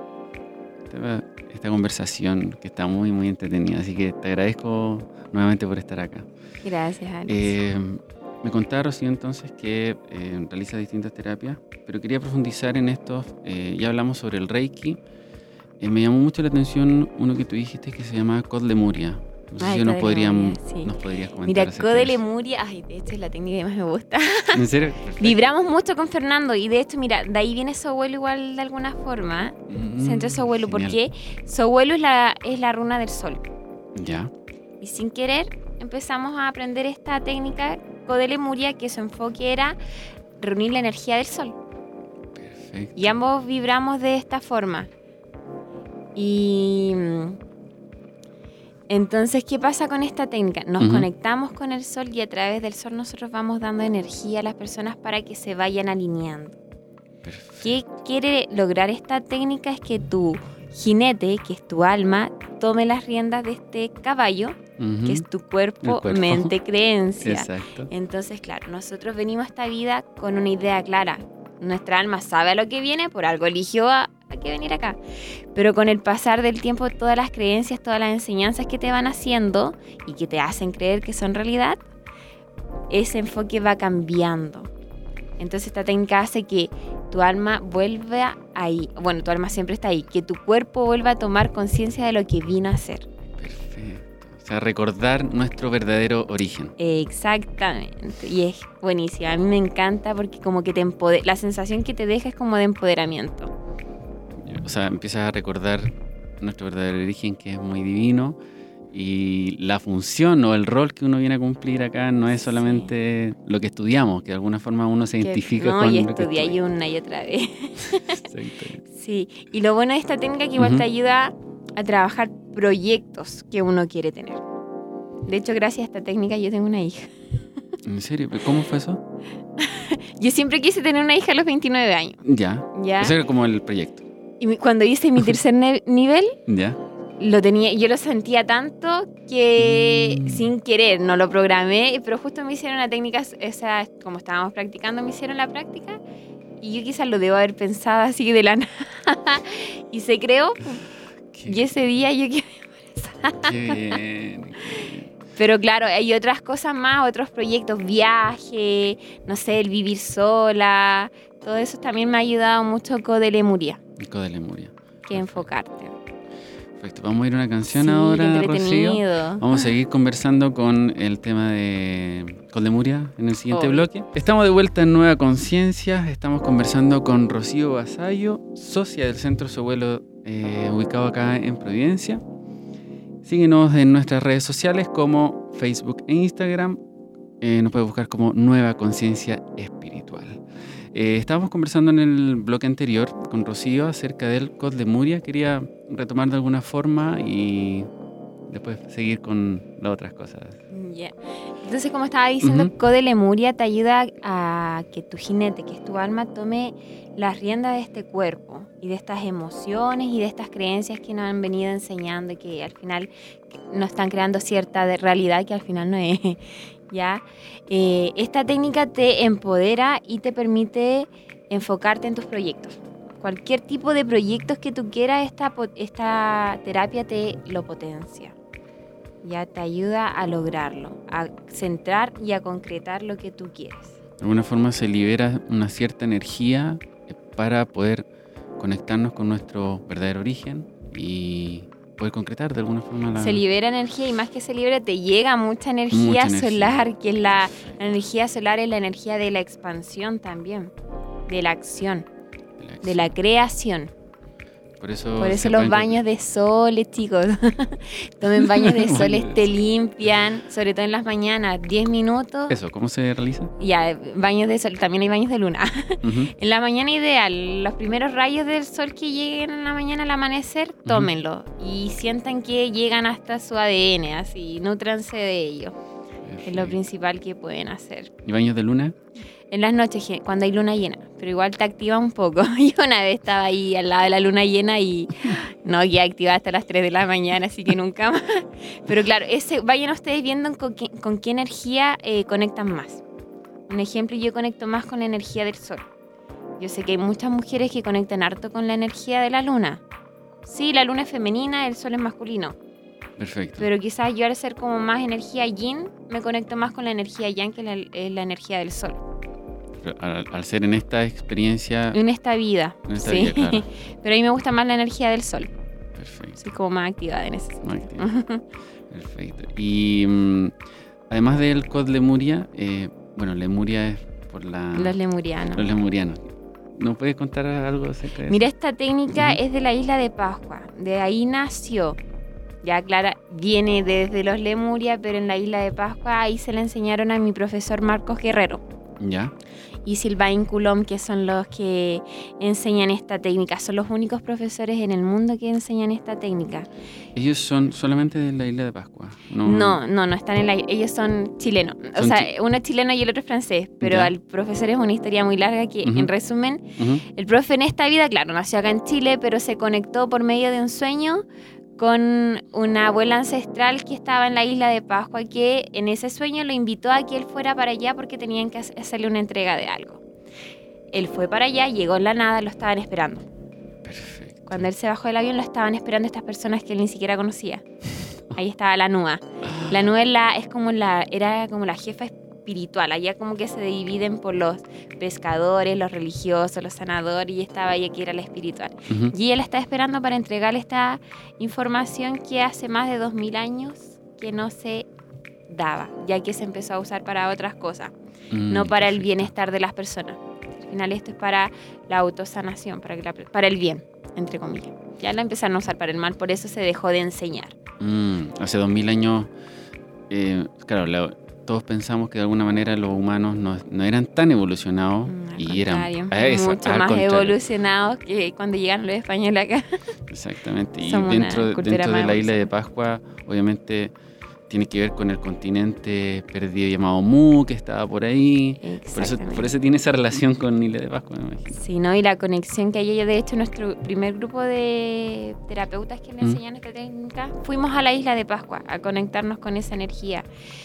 Speaker 1: esta, esta conversación que está muy, muy entretenida. Así que te agradezco nuevamente por estar acá.
Speaker 2: Gracias, Alex.
Speaker 1: Eh, me contaba Rocío entonces que eh, realiza distintas terapias, pero quería profundizar en estos. Eh, ya hablamos sobre el Reiki. Eh, me llamó mucho la atención uno que tú dijiste que se llamaba Code Lemuria. No sé
Speaker 2: Ay,
Speaker 1: si nos,
Speaker 2: Code
Speaker 1: podrían,
Speaker 2: Lemuria, sí.
Speaker 1: nos podrías comentar.
Speaker 2: Mira,
Speaker 1: acerca de
Speaker 2: Code
Speaker 1: eso.
Speaker 2: Lemuria, ay, de hecho es la técnica que más me gusta.
Speaker 1: ¿En serio? Perfecto.
Speaker 2: Vibramos mucho con Fernando y de hecho, mira, de ahí viene su abuelo igual de alguna forma.
Speaker 1: Mm,
Speaker 2: Centro su abuelo,
Speaker 1: genial.
Speaker 2: porque su abuelo es la, es la runa del sol.
Speaker 1: Ya,
Speaker 2: Y sin querer empezamos a aprender esta técnica Code Lemuria, que su enfoque era reunir la energía del sol.
Speaker 1: perfecto.
Speaker 2: Y ambos vibramos de esta forma. Y mm, entonces, ¿qué pasa con esta técnica? Nos
Speaker 1: Ujú.
Speaker 2: conectamos con el sol y a través del sol nosotros vamos dando energía a las personas para que se vayan alineando.
Speaker 1: Perfecto.
Speaker 2: ¿Qué quiere lograr esta técnica? Es que tu jinete, que es tu alma, tome las riendas de este caballo,
Speaker 1: Ujú.
Speaker 2: que es tu cuerpo,
Speaker 1: El cuerpo.
Speaker 2: mente, creencia.
Speaker 1: Exacto.
Speaker 2: Entonces, claro, nosotros venimos a esta vida con una idea clara. Nuestra alma sabe a lo que viene, por algo eligió a, a que venir acá. Pero con el pasar del tiempo, todas las creencias, todas las enseñanzas que te van haciendo y que te hacen creer que son realidad, ese enfoque va cambiando. Entonces esta técnica hace que tu alma vuelva ahí. Bueno, tu alma siempre está ahí. Que tu cuerpo vuelva a tomar conciencia de lo que vino a ser.
Speaker 1: Perfecto. O sea, recordar nuestro verdadero origen.
Speaker 2: Exactamente. Y es buenísima. A mí me encanta porque como que te empodera. La sensación que te deja es como de empoderamiento.
Speaker 1: O sea, empiezas a recordar nuestro verdadero origen, que es muy divino, y la función o el rol que uno viene a cumplir acá no es
Speaker 2: Sí.
Speaker 1: solamente lo que estudiamos, que de alguna forma uno se
Speaker 2: Que-
Speaker 1: identifica
Speaker 2: no,
Speaker 1: con
Speaker 2: y
Speaker 1: lo que
Speaker 2: estudié
Speaker 1: estudia.
Speaker 2: una y otra vez.
Speaker 1: Exactamente.
Speaker 2: Sí. Y lo bueno de esta técnica es que igual
Speaker 1: Ujú.
Speaker 2: te ayuda a trabajar proyectos que uno quiere tener. De hecho, gracias a esta técnica yo tengo una hija.
Speaker 1: ¿En serio? ¿Pero ¿Cómo fue eso?
Speaker 2: Yo siempre quise tener una hija a los veintinueve años.
Speaker 1: Ya.
Speaker 2: ¿Ya?
Speaker 1: Ese era como el proyecto.
Speaker 2: Y mi- cuando hice mi tercer ne- nivel,
Speaker 1: Ya.
Speaker 2: lo tenía, yo lo sentía tanto que
Speaker 1: Mm.
Speaker 2: sin querer no lo programé, pero justo me hicieron una técnica, o sea, como estábamos practicando, me hicieron la práctica y yo quizás lo debo haber pensado así de la nada y se creó.
Speaker 1: Qué,
Speaker 2: Y ese día yo quedé.
Speaker 1: qué bien. qué bien.
Speaker 2: Pero claro, hay otras cosas más, otros proyectos, viaje, no sé, el vivir sola, todo eso también me ha ayudado mucho Code Lemuria,
Speaker 1: Nico de Lemuria.
Speaker 2: que enfocarte.
Speaker 1: Perfecto. Vamos a ir a una canción
Speaker 2: Sí, qué
Speaker 1: ahora, Rocío.
Speaker 2: entretenido.
Speaker 1: Vamos a seguir conversando con el tema de Coldemuria en el siguiente
Speaker 2: Obvio.
Speaker 1: bloque. Estamos de vuelta en Nueva Conciencia. Estamos conversando con Rocío Vasallo, socia del Centro Sobuelo, eh, ubicado acá en Providencia. Síguenos en nuestras redes sociales como Facebook e Instagram. Eh, nos puedes buscar como Nueva Conciencia Espiritual. Eh, estábamos conversando en el bloque anterior con Rocío acerca del Code Lemuria. Quería retomar de alguna forma y después seguir con las otras cosas.
Speaker 2: Yeah. Entonces, como estaba diciendo,
Speaker 1: Uh-huh.
Speaker 2: Code Lemuria te ayuda a que tu jinete, que es tu alma, tome las riendas de este cuerpo y de estas emociones y de estas creencias que nos han venido enseñando y que al final nos están creando cierta de realidad que al final no es. ¿Ya? Eh, esta técnica te empodera y te permite enfocarte en tus proyectos. Cualquier tipo de proyectos que tú quieras, esta, esta terapia te lo potencia. Ya te ayuda a lograrlo, a centrar y a concretar lo que tú quieres.
Speaker 1: De alguna forma se libera una cierta energía para poder conectarnos con nuestro verdadero origen y poder concretar de alguna forma la...
Speaker 2: Se libera energía y más que se libera te llega mucha energía
Speaker 1: Mucha energía.
Speaker 2: solar, que es la, la energía solar es la energía de la expansión también, de la acción,
Speaker 1: de la,
Speaker 2: de la creación.
Speaker 1: Por eso,
Speaker 2: Por eso los baños de soles, chicos. Tomen baños de soles, te limpian, sobre todo en las mañanas, diez minutos.
Speaker 1: Eso, ¿cómo se realiza?
Speaker 2: Ya, baños de sol, también hay baños de luna.
Speaker 1: Uh-huh.
Speaker 2: En la mañana ideal, los primeros rayos del sol que lleguen en la mañana al amanecer, tómenlo. Uh-huh. Y sientan que llegan hasta su A D N, así, nútranse de ello. Perfecto. Es lo principal que pueden hacer.
Speaker 1: ¿Y baños de luna?
Speaker 2: En las noches, cuando hay luna llena, pero igual te activa un poco. Yo una vez estaba ahí al lado de la luna llena y no, ya activada hasta las tres de la mañana, así que nunca más. Pero claro, ese, vayan ustedes viendo con qué, con qué energía eh, conectan más. Un ejemplo, yo conecto más con la energía del sol. Yo sé que hay muchas mujeres que conectan harto con la energía de la luna. Sí, la luna es femenina, el sol es masculino.
Speaker 1: Perfecto.
Speaker 2: Pero quizás yo al ser como más energía yin, me conecto más con la energía yang, que la, es la energía del sol.
Speaker 1: Al, al ser en esta experiencia...
Speaker 2: En esta vida,
Speaker 1: en esta
Speaker 2: sí.
Speaker 1: vida, claro.
Speaker 2: Pero a mí me gusta más la energía del sol.
Speaker 1: Perfecto.
Speaker 2: Soy como más activada en ese sentido.
Speaker 1: Más activada. Perfecto. Y um, además del Code Lemuria, eh, bueno, Lemuria es por la...
Speaker 2: Los lemurianos.
Speaker 1: Los lemurianos. ¿Nos puedes contar algo acerca de eso?
Speaker 2: Mira, esta técnica
Speaker 1: Uh-huh.
Speaker 2: es de la isla de Pascua. De ahí nació. Ya, Clara, viene desde los Lemuria, pero en la isla de Pascua ahí se la enseñaron a mi profesor Marcos Guerrero.
Speaker 1: ¿Ya?
Speaker 2: Y Sylvain Coulomb, que son los que enseñan esta técnica. Son los únicos profesores en el mundo que enseñan esta técnica.
Speaker 1: ¿Ellos son solamente de la isla de Pascua?
Speaker 2: No, no, no, no están en la isla. Ellos son chilenos. O
Speaker 1: Son
Speaker 2: sea,
Speaker 1: chi-
Speaker 2: uno es chileno y el otro es francés. Pero
Speaker 1: Ya.
Speaker 2: el profesor es una historia muy larga que,
Speaker 1: Ujú.
Speaker 2: en resumen,
Speaker 1: Uh-huh.
Speaker 2: el profe en esta vida, claro, nació acá en Chile, pero se conectó por medio de un sueño con una abuela ancestral que estaba en la isla de Pascua, que en ese sueño lo invitó a que él fuera para allá porque tenían que hacerle una entrega de algo. Él fue para allá, llegó en la nada, lo estaban esperando.
Speaker 1: Perfecto.
Speaker 2: Cuando él se bajó del avión, lo estaban esperando estas personas que él ni siquiera conocía. Ahí estaba la Nua. La Nua es, la, es como la, era como la jefa espiritual. Allá como que se dividen por los pescadores, los religiosos, los sanadores, y estaba ella que era la espiritual.
Speaker 1: Uh-huh.
Speaker 2: Y él está esperando para entregarle esta información que hace más de dos mil años que no se daba, ya que se empezó a usar para otras cosas,
Speaker 1: Mm,
Speaker 2: no para el
Speaker 1: perfecto.
Speaker 2: bienestar de las personas. Al final esto es para la autosanación, para, que la, para el bien, entre comillas. Ya la empezaron a usar para el mal, por eso se dejó de enseñar.
Speaker 1: Mm, hace dos mil años, eh, claro, la- todos pensamos que de alguna manera los humanos no, no eran tan evolucionados
Speaker 2: Mm, al
Speaker 1: y eran
Speaker 2: contrario,
Speaker 1: a eso,
Speaker 2: mucho
Speaker 1: al
Speaker 2: más
Speaker 1: contrario.
Speaker 2: evolucionados que cuando llegaron los españoles acá.
Speaker 1: Exactamente. Y
Speaker 2: Somos una
Speaker 1: dentro,
Speaker 2: cultura
Speaker 1: dentro de
Speaker 2: más
Speaker 1: la isla de Pascua, obviamente tiene que ver con el continente perdido llamado Mu, que estaba por ahí. Por eso,
Speaker 2: Exactamente.
Speaker 1: por eso tiene esa relación con Isla de Pascua, me imagino.
Speaker 2: Sí, ¿no? Y la conexión que hay, de hecho, nuestro primer grupo de terapeutas que le
Speaker 1: Mm.
Speaker 2: enseñan esta técnica, fuimos a la isla de Pascua a conectarnos con esa energía.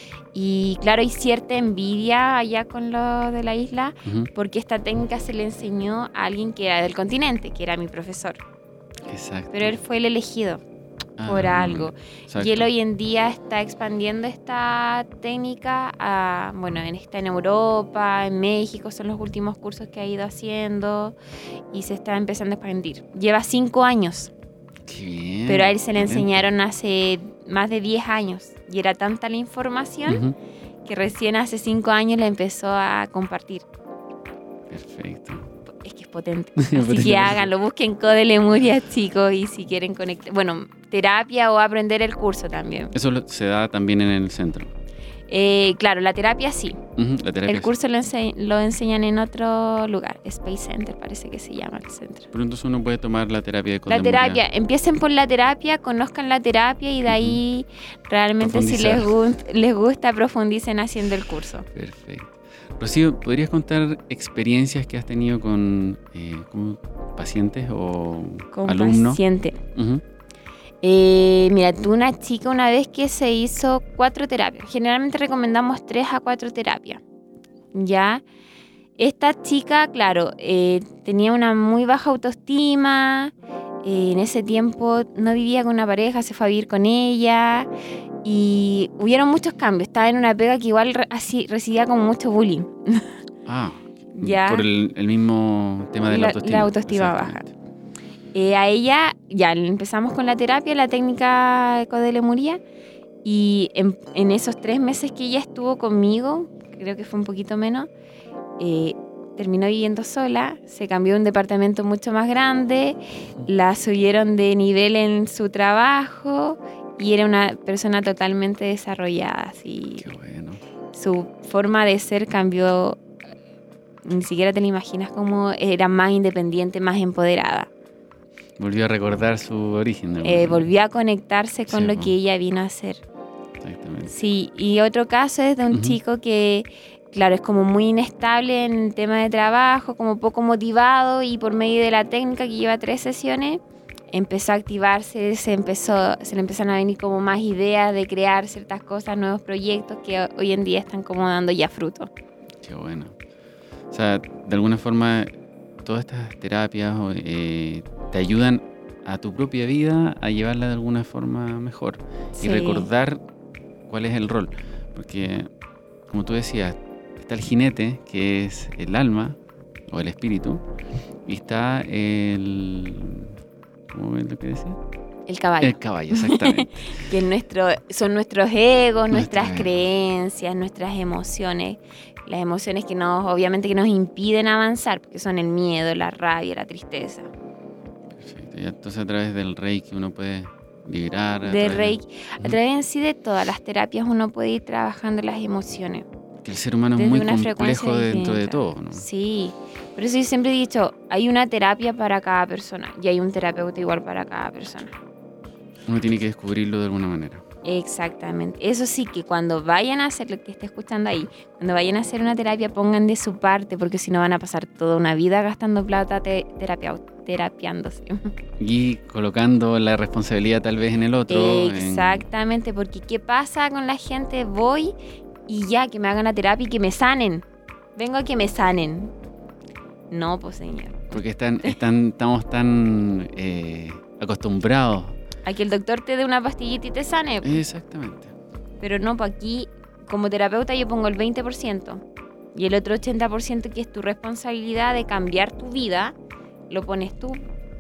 Speaker 2: Y claro, hay cierta envidia allá con lo de la isla,
Speaker 1: Ujú.
Speaker 2: porque esta técnica se le enseñó a alguien que era del continente, que era mi profesor.
Speaker 1: Exacto.
Speaker 2: Pero él fue el elegido por
Speaker 1: Ah,
Speaker 2: algo.
Speaker 1: exacto.
Speaker 2: Y él hoy en día está expandiendo esta técnica a, bueno, en- está en Europa, en México, son los últimos cursos que ha ido haciendo y se está empezando a expandir. Lleva cinco años,
Speaker 1: Qué bien.
Speaker 2: pero a él se le
Speaker 1: excelente.
Speaker 2: enseñaron hace más de diez años y era tanta la información
Speaker 1: Ujú.
Speaker 2: que recién hace cinco años la empezó a compartir.
Speaker 1: Perfecto.
Speaker 2: Es que es potente.
Speaker 1: Es
Speaker 2: Así
Speaker 1: potente.
Speaker 2: que háganlo, busquen Code Lemuria, chicos, y si quieren conectar, bueno, terapia o aprender el curso también.
Speaker 1: Eso lo- se da también en el centro.
Speaker 2: Eh, claro, la terapia sí.
Speaker 1: Uh-huh, la terapia
Speaker 2: el curso sí. lo, ense- lo enseñan en otro lugar. Space Center parece que se llama el centro.
Speaker 1: Pero entonces uno puede tomar la terapia de
Speaker 2: La
Speaker 1: Condemuria.
Speaker 2: terapia, empiecen por la terapia, conozcan la terapia y de ahí uh-huh. realmente si les, gust- les gusta profundicen haciendo el curso.
Speaker 1: Perfecto. Rocío, ¿podrías contar experiencias que has tenido con, eh, con pacientes o
Speaker 2: con
Speaker 1: alumnos?
Speaker 2: Paciente.
Speaker 1: Uh-huh.
Speaker 2: Eh, mira, tuve una chica una vez que se hizo cuatro terapias. Generalmente recomendamos tres a cuatro terapias. Ya. Esta chica, claro, eh, tenía una muy baja autoestima. Eh, en ese tiempo no vivía con una pareja, se fue a vivir con ella. Y hubieron muchos cambios. Estaba en una pega que igual re- así, recibía como mucho bullying.
Speaker 1: Ah,
Speaker 2: ya.
Speaker 1: Por el, el mismo tema de la, la autoestima.
Speaker 2: La autoestima baja. Eh, a ella, ya empezamos con la terapia, la técnica Condemuria, y en, en esos tres meses que ella estuvo conmigo, creo que fue un poquito menos, eh, terminó viviendo sola, se cambió a un departamento mucho más grande, la subieron de nivel en su trabajo y era una persona totalmente desarrollada. Así.
Speaker 1: Qué bueno.
Speaker 2: Su forma de ser cambió, ni siquiera te la imaginas cómo era más independiente, más empoderada.
Speaker 1: Volvió a recordar su origen.
Speaker 2: Eh, volvió a conectarse con
Speaker 1: sí,
Speaker 2: lo
Speaker 1: bueno.
Speaker 2: que ella vino a hacer.
Speaker 1: Exactamente.
Speaker 2: Sí, y otro caso es de un uh-huh. chico que, claro, es como muy inestable en el tema de trabajo, como poco motivado, y por medio de la técnica que lleva tres sesiones, empezó a activarse, se, empezó, se le empezaron a venir como más ideas de crear ciertas cosas, nuevos proyectos que hoy en día están como dando ya fruto.
Speaker 1: Qué bueno. O sea, de alguna forma, todas estas terapias eh, te ayudan a tu propia vida a llevarla de alguna forma mejor. Sí. Y recordar cuál es el rol. Porque, como tú decías, está el jinete, que es el alma o el espíritu, y está el... ¿Cómo es lo que decía?
Speaker 2: El caballo.
Speaker 1: El caballo, exactamente.
Speaker 2: que nuestro, son nuestros egos, nuestras Nuestra creencias, ego. nuestras emociones. Las emociones que nos, obviamente, que nos impiden avanzar, porque son el miedo, la rabia, la tristeza.
Speaker 1: Perfecto. Y entonces a través del Reiki uno puede liberar.
Speaker 2: De Reiki. De... A través en sí de todas las terapias uno puede ir trabajando las emociones.
Speaker 1: Que el ser humano es muy complejo dentro de todo, ¿no?
Speaker 2: Sí. Por eso yo siempre he dicho, hay una terapia para cada persona y hay un terapeuta igual para cada persona.
Speaker 1: Uno tiene que descubrirlo de alguna manera.
Speaker 2: Exactamente. Eso sí, que cuando vayan a hacer lo que esté escuchando ahí, cuando vayan a hacer una terapia, pongan de su parte, porque si no van a pasar toda una vida gastando plata te, terapia, terapiándose.
Speaker 1: Y colocando la responsabilidad tal vez en el otro.
Speaker 2: Exactamente, en... porque ¿qué pasa con la gente? Voy y ya, que me hagan la terapia y que me sanen. Vengo a que me sanen. No, pues señor.
Speaker 1: Porque están, están, estamos tan eh, acostumbrados
Speaker 2: a que el doctor te dé una pastillita y te sane.
Speaker 1: Exactamente.
Speaker 2: Pero no, pues aquí, como terapeuta, yo pongo el veinte por ciento. Y el otro ochenta por ciento, que es tu responsabilidad de cambiar tu vida, lo pones tú.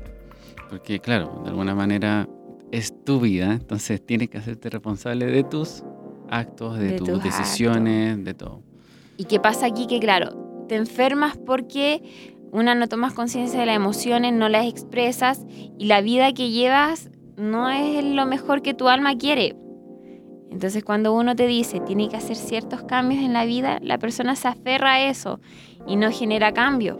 Speaker 1: Porque, claro, de alguna manera es tu vida, entonces tienes que hacerte responsable de tus actos, de, de tus, tus decisiones, actos. De todo.
Speaker 2: ¿Y qué pasa aquí? Que, claro, te enfermas porque una, no tomas conciencia de las emociones, no las expresas, y la vida que llevas no es lo mejor que tu alma quiere. Entonces cuando uno te dice tiene que hacer ciertos cambios en la vida, la persona se aferra a eso y no genera cambio.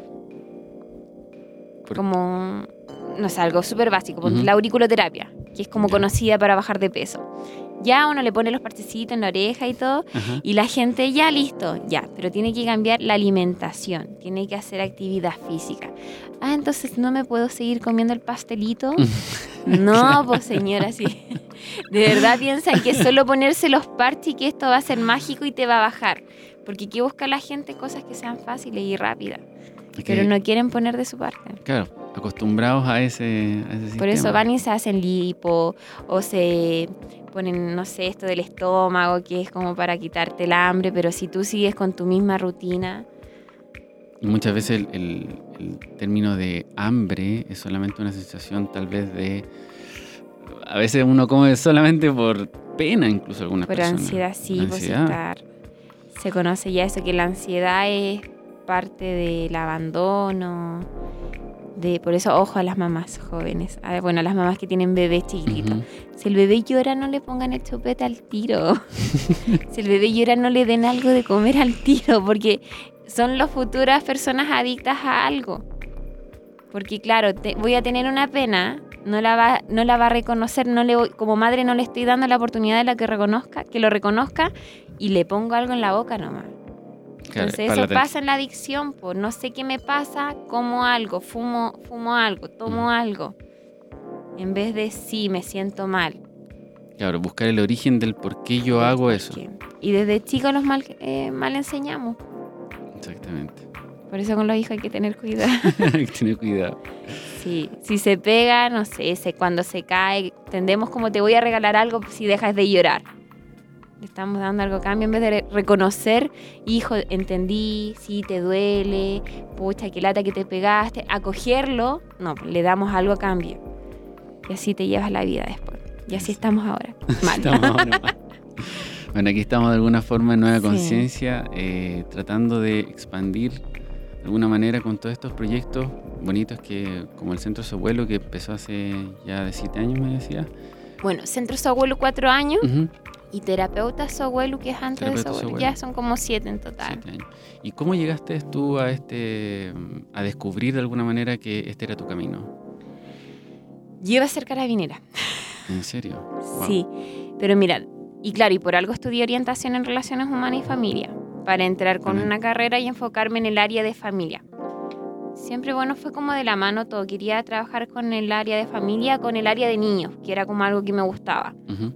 Speaker 2: Como, no sé, algo súper básico, uh-huh. la auriculoterapia, que es como yeah. conocida para bajar de peso. Ya uno le pone los parchecitos en la oreja y todo, uh-huh. y la gente ya listo, ya, pero tiene que cambiar la alimentación, tiene que hacer actividad física. Ah, entonces no me puedo seguir comiendo el pastelito. No, pues señora, sí. De verdad piensan que solo ponerse los parches y que esto va a ser mágico y te va a bajar. Porque aquí busca la gente cosas que sean fáciles y rápidas. Okay. Pero no quieren poner de su parte.
Speaker 1: Claro, acostumbrados a ese, a ese sistema.
Speaker 2: Por eso van y se hacen lipo o se ponen, no sé, esto del estómago, que es como para quitarte el hambre, pero si tú sigues con tu misma rutina...
Speaker 1: Y muchas veces el, el, el término de hambre es solamente una sensación tal vez de... A veces uno come solamente por pena, incluso algunas
Speaker 2: por
Speaker 1: personas.
Speaker 2: Por ansiedad, sí, por estar. Se conoce ya eso, que la ansiedad es parte del abandono, De, por eso, ojo a las mamás jóvenes. A, bueno, a las mamás que tienen bebés chiquititos.
Speaker 1: Ujú.
Speaker 2: Si el bebé llora, no le pongan el chupete al tiro. Si el bebé llora, no le den algo de comer al tiro, porque son las futuras personas adictas a algo. Porque claro, te, voy a tener una pena, no la va, no la va a reconocer, no le voy, como madre no le estoy dando la oportunidad de la que reconozca, que lo reconozca, y le pongo algo en la boca nomás.
Speaker 1: Claro,
Speaker 2: Entonces
Speaker 1: para
Speaker 2: eso
Speaker 1: la
Speaker 2: pasa en la adicción, pues no sé qué me pasa, como algo, fumo, fumo algo, tomo
Speaker 1: Mm.
Speaker 2: algo, en vez de sí, me siento mal.
Speaker 1: Claro, buscar el origen del por qué yo
Speaker 2: Del
Speaker 1: hago
Speaker 2: por
Speaker 1: eso.
Speaker 2: qué. Y desde chicos los mal, eh, mal enseñamos.
Speaker 1: Exactamente.
Speaker 2: Por eso con los hijos hay que tener cuidado.
Speaker 1: Hay que tener cuidado.
Speaker 2: Sí, si se pega, no sé, se, cuando se cae, tendemos como te voy a regalar algo si dejas de llorar. Le estamos dando algo a cambio en vez de re- reconocer, hijo, entendí, sí, te duele, pucha, qué lata que te pegaste, acogerlo, no, le damos algo a cambio. Y así te llevas la vida después. Y así estamos ahora. Mal.
Speaker 1: Estamos ahora mal. Bueno, aquí estamos de alguna forma en Nueva
Speaker 2: Sí.
Speaker 1: Conciencia, eh, tratando de expandir de alguna manera con todos estos proyectos bonitos que, como el Centro Su Abuelo, que empezó hace ya de siete años, me decía.
Speaker 2: Bueno, Centro Su Abuelo cuatro años
Speaker 1: Uh-huh.
Speaker 2: y Terapeuta Su Abuelo, que es antes de Su
Speaker 1: Terapeuta Su
Speaker 2: Abuelo.
Speaker 1: Abuelo.
Speaker 2: Ya son como siete en total.
Speaker 1: Siete años. ¿Y cómo llegaste tú a este a descubrir de alguna manera que este era tu camino?
Speaker 2: Yo iba a ser carabinera.
Speaker 1: ¿En serio? Wow.
Speaker 2: Sí, pero mira, y claro, y por algo estudié orientación en relaciones humanas y familia, para entrar con
Speaker 1: Bien.
Speaker 2: una carrera y enfocarme en el área de familia. Siempre, bueno, fue como de la mano todo. Quería trabajar con el área de familia, con el área de niños, que era como algo que me gustaba.
Speaker 1: Ujú.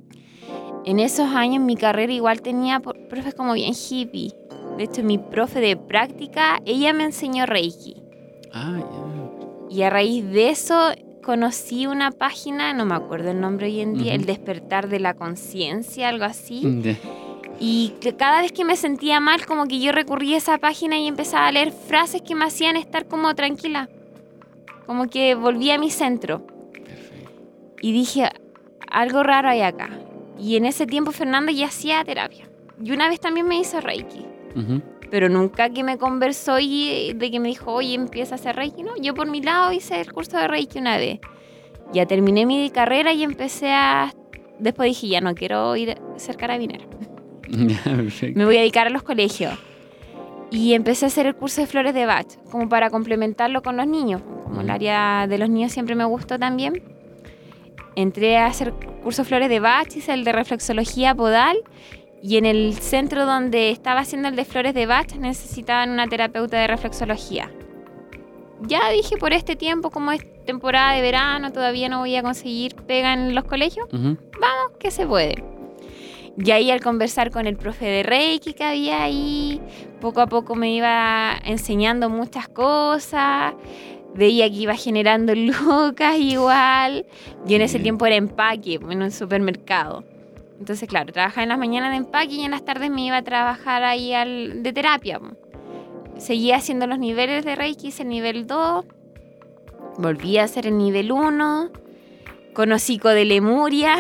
Speaker 2: En esos años mi carrera igual tenía po- profes como bien hippie. De hecho, mi profe de práctica, ella me enseñó Reiki.
Speaker 1: Ah, ya.
Speaker 2: Y a raíz de eso conocí una página, no me acuerdo el nombre hoy en día,
Speaker 1: Ujú.
Speaker 2: El Despertar de la Conciencia, algo así.
Speaker 1: Ya.
Speaker 2: Y que cada vez que me sentía mal, como que yo recurría a esa página y empezaba a leer frases que me hacían estar como tranquila. Como que volví a mi centro.
Speaker 1: Perfecto.
Speaker 2: Y dije, algo raro hay acá. Y en ese tiempo Fernando ya hacía terapia. Y una vez también me hizo Reiki.
Speaker 1: Ujú.
Speaker 2: Pero nunca que me conversó y de que me dijo, oye, empieza a hacer Reiki. No, yo por mi lado hice el curso de Reiki una vez. Ya terminé mi carrera y empecé a... Después dije, ya no quiero ir a ser carabinera.
Speaker 1: Ya, perfecto.
Speaker 2: Me voy a dedicar a los colegios. Y empecé a hacer el curso de flores de Bach, como para complementarlo con los niños. Como el área de los niños siempre me gustó también. Entré a hacer curso de flores de Bach, hice el de reflexología podal. Y en el centro donde estaba haciendo el de flores de Bach necesitaban una terapeuta de reflexología. Ya dije, por este tiempo, como es temporada de verano, todavía no voy a conseguir pega en los colegios.
Speaker 1: Ujú.
Speaker 2: Vamos, que se puede. Y ahí al conversar con el profe de Reiki que había ahí, poco a poco me iba enseñando muchas cosas. Veía que iba generando lucas igual. Y en ese
Speaker 1: Bien.
Speaker 2: tiempo era empaque en un supermercado. Entonces, claro, trabajaba en las mañanas de empaque y en las tardes me iba a trabajar ahí al, de terapia. Seguía haciendo los niveles de Reiki, hice el nivel dos. Volví a hacer el nivel uno. Conocí de Lemuria.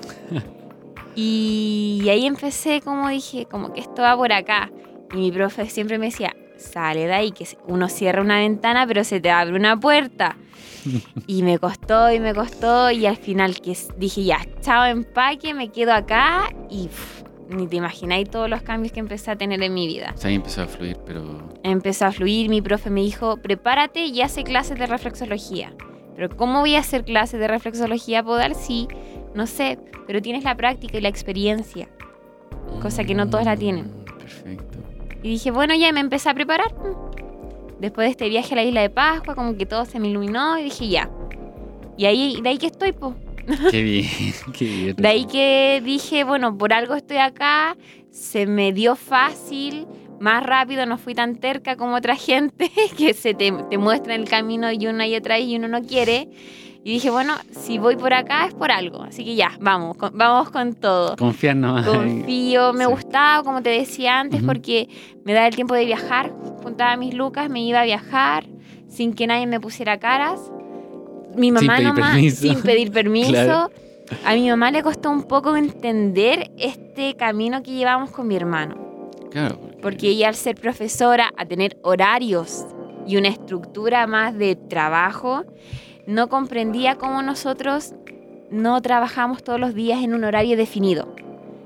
Speaker 2: Y ahí empecé, como dije, como que esto va por acá. Y mi profe siempre me decía, sale de ahí, que uno cierra una ventana, pero se te abre una puerta. Y me costó y me costó y al final que dije, ya, chao empaque, me quedo acá y pff, ni te imagináis todos los cambios que empecé a tener en mi vida.
Speaker 1: O sea, ahí empezó a fluir, pero...
Speaker 2: Empezó a fluir, mi profe me dijo, prepárate y hace clases de reflexología. Pero ¿cómo voy a hacer clases de reflexología podal si, no sé, pero tienes la práctica y la experiencia? Cosa que no todos la tienen.
Speaker 1: Mm, Perfecto.
Speaker 2: Y dije, bueno, ya me empecé a preparar. Después de este viaje a la isla de Pascua, como que todo se me iluminó y dije, ya. Y ahí, de ahí que estoy, pues.
Speaker 1: Qué bien, qué bien.
Speaker 2: De ahí que dije, bueno, por algo estoy acá, se me dio fácil, más rápido, no fui tan terca como otra gente, que se te, te muestra el camino y una y otra vez y uno no quiere. Y dije, bueno, si voy por acá es por algo. Así que ya, vamos, con, vamos con todo.
Speaker 1: Confiar nomás.
Speaker 2: Confío, me
Speaker 1: Sí.
Speaker 2: gustaba, como te decía antes,
Speaker 1: Ujú.
Speaker 2: porque me daba el tiempo de viajar. Juntaba mis lucas, me iba a viajar sin que nadie me pusiera caras. Mi mamá
Speaker 1: pedir
Speaker 2: nomás,
Speaker 1: permiso.
Speaker 2: sin pedir permiso.
Speaker 1: Claro.
Speaker 2: A mi mamá le costó un poco entender este camino que llevamos con mi hermano.
Speaker 1: Claro.
Speaker 2: Porque ella, al ser profesora, a tener horarios y una estructura más de trabajo, no comprendía cómo nosotros no trabajamos todos los días en un horario definido.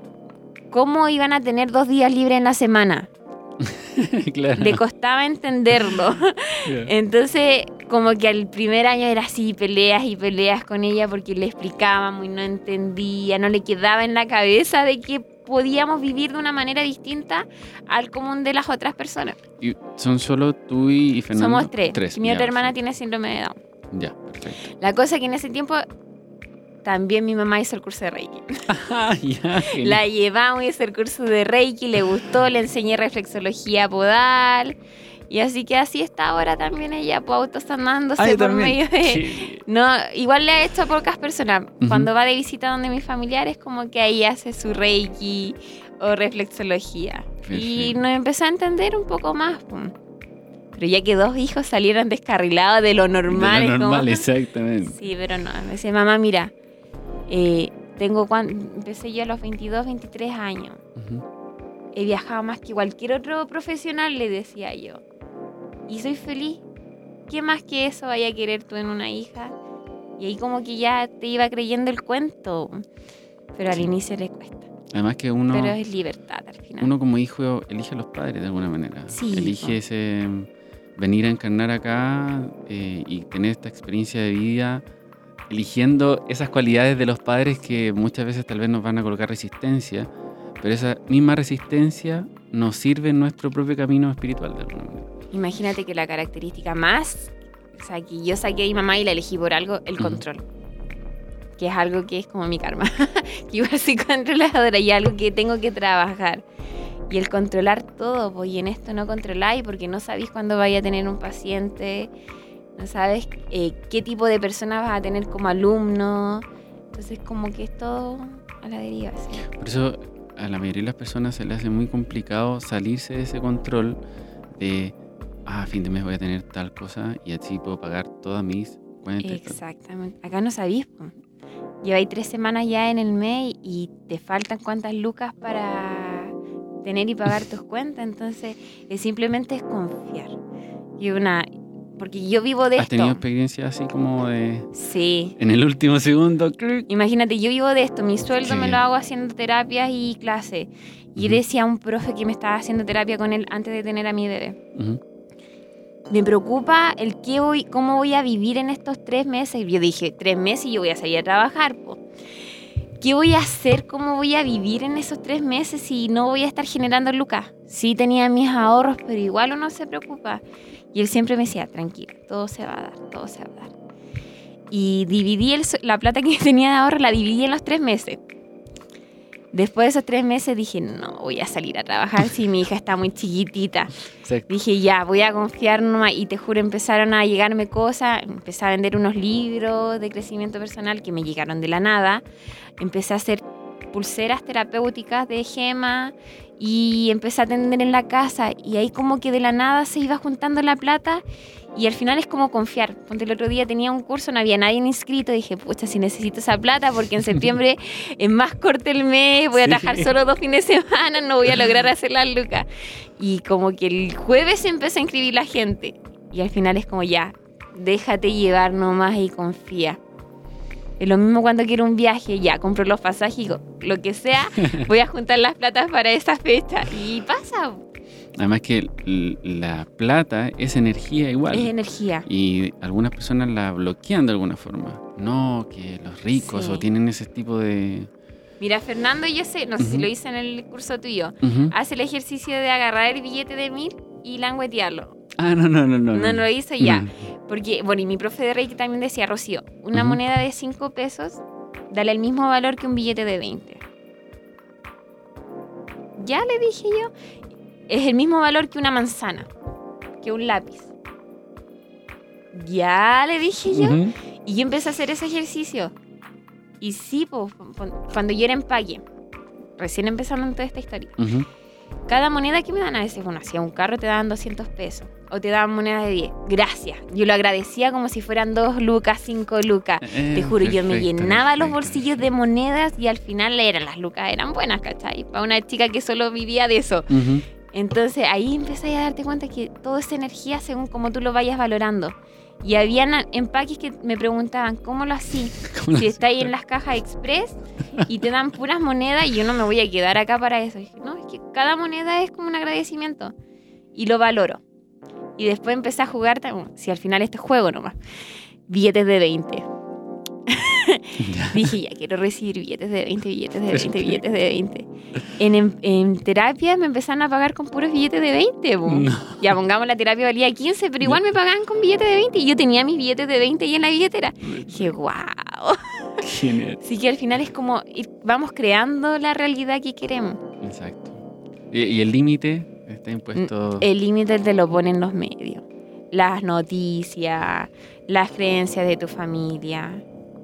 Speaker 2: ¿Cómo iban a tener dos días libres en la semana?
Speaker 1: Claro.
Speaker 2: Le costaba entenderlo.
Speaker 1: Yeah.
Speaker 2: Entonces, como que al primer año era así, peleas y peleas con ella porque le explicábamos y no entendía, no le quedaba en la cabeza de que podíamos vivir de una manera distinta al común de las otras personas.
Speaker 1: ¿Y son solo tú y Fernando?
Speaker 2: Somos tres.
Speaker 1: Tres.
Speaker 2: Mi
Speaker 1: ya,
Speaker 2: otra hermana
Speaker 1: perfecto.
Speaker 2: tiene síndrome de Down.
Speaker 1: Ya, perfecto.
Speaker 2: La cosa es que en ese tiempo también mi mamá hizo el curso de Reiki.
Speaker 1: Ah, ya, genial.
Speaker 2: La llevamos, hizo el curso de Reiki, le gustó, le enseñé reflexología podal. Y así que así está ahora también ella, pues, autosanándose
Speaker 1: Ah, yo
Speaker 2: por
Speaker 1: también.
Speaker 2: medio de...
Speaker 1: Sí.
Speaker 2: No, igual le he hecho a pocas personas.
Speaker 1: Ujú.
Speaker 2: Cuando va de visita donde mis familiares, como que ahí hace su Reiki o reflexología. Y
Speaker 1: Perfecto.
Speaker 2: nos empezó a entender un poco más, pues. Pero ya que dos hijos salieron descarrilados de lo normal.
Speaker 1: De
Speaker 2: es
Speaker 1: lo
Speaker 2: como-
Speaker 1: normal, exactamente.
Speaker 2: Sí, pero no. Me dice, mamá, mira, eh, tengo cuan- empecé yo a los veintidós, veintitrés años.
Speaker 1: Ujú.
Speaker 2: He viajado más que cualquier otro profesional, le decía yo. Y soy feliz. ¿Qué más que eso vaya a querer tú en una hija? Y ahí como que ya te iba creyendo el cuento. Pero al
Speaker 1: Sí.
Speaker 2: inicio le cuesta.
Speaker 1: Además que uno,
Speaker 2: Pero es libertad al final.
Speaker 1: uno como hijo elige a los padres de alguna manera.
Speaker 2: Sí,
Speaker 1: Elige
Speaker 2: po.
Speaker 1: ese venir a encarnar acá eh, y tener esta experiencia de vida, eligiendo esas cualidades de los padres que muchas veces tal vez nos van a colocar resistencia, pero esa misma resistencia nos sirve en nuestro propio camino espiritual de alguna manera.
Speaker 2: Imagínate que la característica más, o sea, que yo saqué a mi mamá y la elegí por algo, el
Speaker 1: Ujú.
Speaker 2: control. Que es algo que es como mi karma. Que igual soy controladora y algo que tengo que trabajar. Y el controlar todo, pues, y en esto no controláis porque no sabéis cuándo vaya a tener un paciente, no sabes eh, qué tipo de personas vas a tener como alumno. Entonces, como que es todo a la deriva. ¿Sí?
Speaker 1: Por eso a la mayoría de las personas se les hace muy complicado salirse de ese control de, ah, a fin de mes voy a tener tal cosa y así puedo pagar todas mis cuentas.
Speaker 2: Exactamente. Acá no sabéis, pues. Lleváis tres semanas ya en el mes y te faltan cuántas lucas para tener y pagar tus cuentas. Entonces, es simplemente es confiar. Y una, porque yo vivo de
Speaker 1: ¿Has
Speaker 2: esto.
Speaker 1: tenido experiencias así como de
Speaker 2: Sí.
Speaker 1: en el último segundo? clic?
Speaker 2: Imagínate, yo vivo de esto. Mi sueldo
Speaker 1: Sí.
Speaker 2: me lo hago haciendo terapias y clases. Y
Speaker 1: Ujú.
Speaker 2: decía a un profe que me estaba haciendo terapia con él antes de tener a mi bebé.
Speaker 1: Ujú.
Speaker 2: Me preocupa el qué voy, cómo voy a vivir en estos tres meses. Yo dije, tres meses y yo voy a salir a trabajar, po. ¿Qué voy a hacer? ¿Cómo voy a vivir en esos tres meses si no voy a estar generando lucas? Sí tenía mis ahorros, pero igual uno se preocupa. Y él siempre me decía, tranquila, todo se va a dar, todo se va a dar. Y dividí el, la plata que tenía de ahorro, la dividí en los tres meses. Después de esos tres meses dije, no, voy a salir a trabajar si mi hija está muy chiquitita.
Speaker 1: Exacto.
Speaker 2: Dije, ya, voy a confiar nomás. Y te juro, empezaron a llegarme cosas. Empecé a vender unos libros de crecimiento personal que me llegaron de la nada. Empecé a hacer pulseras terapéuticas de gema y empecé a atender en la casa. Y ahí como que de la nada se iba juntando la plata. Y al final es como confiar. Ponte, el otro día tenía un curso, no había nadie inscrito. Dije, pucha, si necesito esa plata porque en septiembre es más corto el mes, voy a
Speaker 1: Sí.
Speaker 2: trabajar solo dos fines de semana, no voy a lograr hacer las lucas. Y como que el jueves se empezó a inscribir la gente. Y al final es como, ya, déjate llevar nomás y confía. Es lo mismo cuando quiero un viaje, ya, compro los pasajes y digo, lo que sea, voy a juntar las platas para esa fecha. Y pasa,
Speaker 1: Además que l- la plata es energía igual.
Speaker 2: es energía.
Speaker 1: Y algunas personas la bloquean de alguna forma. No, que los ricos
Speaker 2: Sí.
Speaker 1: o tienen ese tipo de...
Speaker 2: Mira, Fernando, yo sé, no sé si
Speaker 1: Ujú.
Speaker 2: lo hice en el curso tuyo,
Speaker 1: Ujú.
Speaker 2: hace el ejercicio de agarrar el billete de mil y languetearlo.
Speaker 1: Ah, no, no, no, no.
Speaker 2: No, no lo hizo ya.
Speaker 1: No.
Speaker 2: Porque, bueno, y mi profe de Reiki también decía, Rocío, una
Speaker 1: Ujú.
Speaker 2: moneda de cinco pesos, dale el mismo valor que un billete de veinte. Ya le dije yo, es el mismo valor que una manzana, que un lápiz. Ya le dije yo.
Speaker 1: Ujú.
Speaker 2: Y yo empecé a hacer ese ejercicio. Y sí, po, po- cuando yo era empaque, recién empezando en toda esta historia,
Speaker 1: Ujú.
Speaker 2: cada moneda que me dan, a veces, bueno, hacía un carro te daban doscientos pesos, o te daban monedas de diez. Gracias. Yo lo agradecía como si fueran dos lucas, cinco lucas.
Speaker 1: Eh,
Speaker 2: Te juro, yo me
Speaker 1: perfecto,
Speaker 2: llenaba los
Speaker 1: perfecto,
Speaker 2: bolsillos de monedas y al final eran las lucas, eran buenas, ¿cachai? Para una chica que solo vivía de eso.
Speaker 1: Ujú.
Speaker 2: Entonces ahí empecé a darte cuenta que toda esa energía según como tú lo vayas valorando. Y habían empaques que me preguntaban, ¿cómo lo hací? Si está ahí en las cajas express y te dan puras monedas y yo no me voy a quedar acá para eso. Y dije, no, es que cada moneda es como un agradecimiento. Y lo valoro. Y después empecé a jugar, bueno, si al final este juego nomás, billetes de veinte. Dije, ya quiero recibir billetes de veinte, billetes de veinte, billetes de veinte. En, en, en terapia me empezaron a pagar con puros billetes de veinte. No. Ya pongamos, la terapia valía quince, pero igual me pagaban con billetes de veinte. Y yo tenía mis billetes de veinte ahí en la billetera. Dije, wow.
Speaker 1: Genial.
Speaker 2: Así que al final es como ir, vamos creando la realidad que queremos.
Speaker 1: Exacto. ¿Y, y el límite está impuesto?
Speaker 2: El límite te lo ponen los medios. Las noticias, las creencias de tu familia.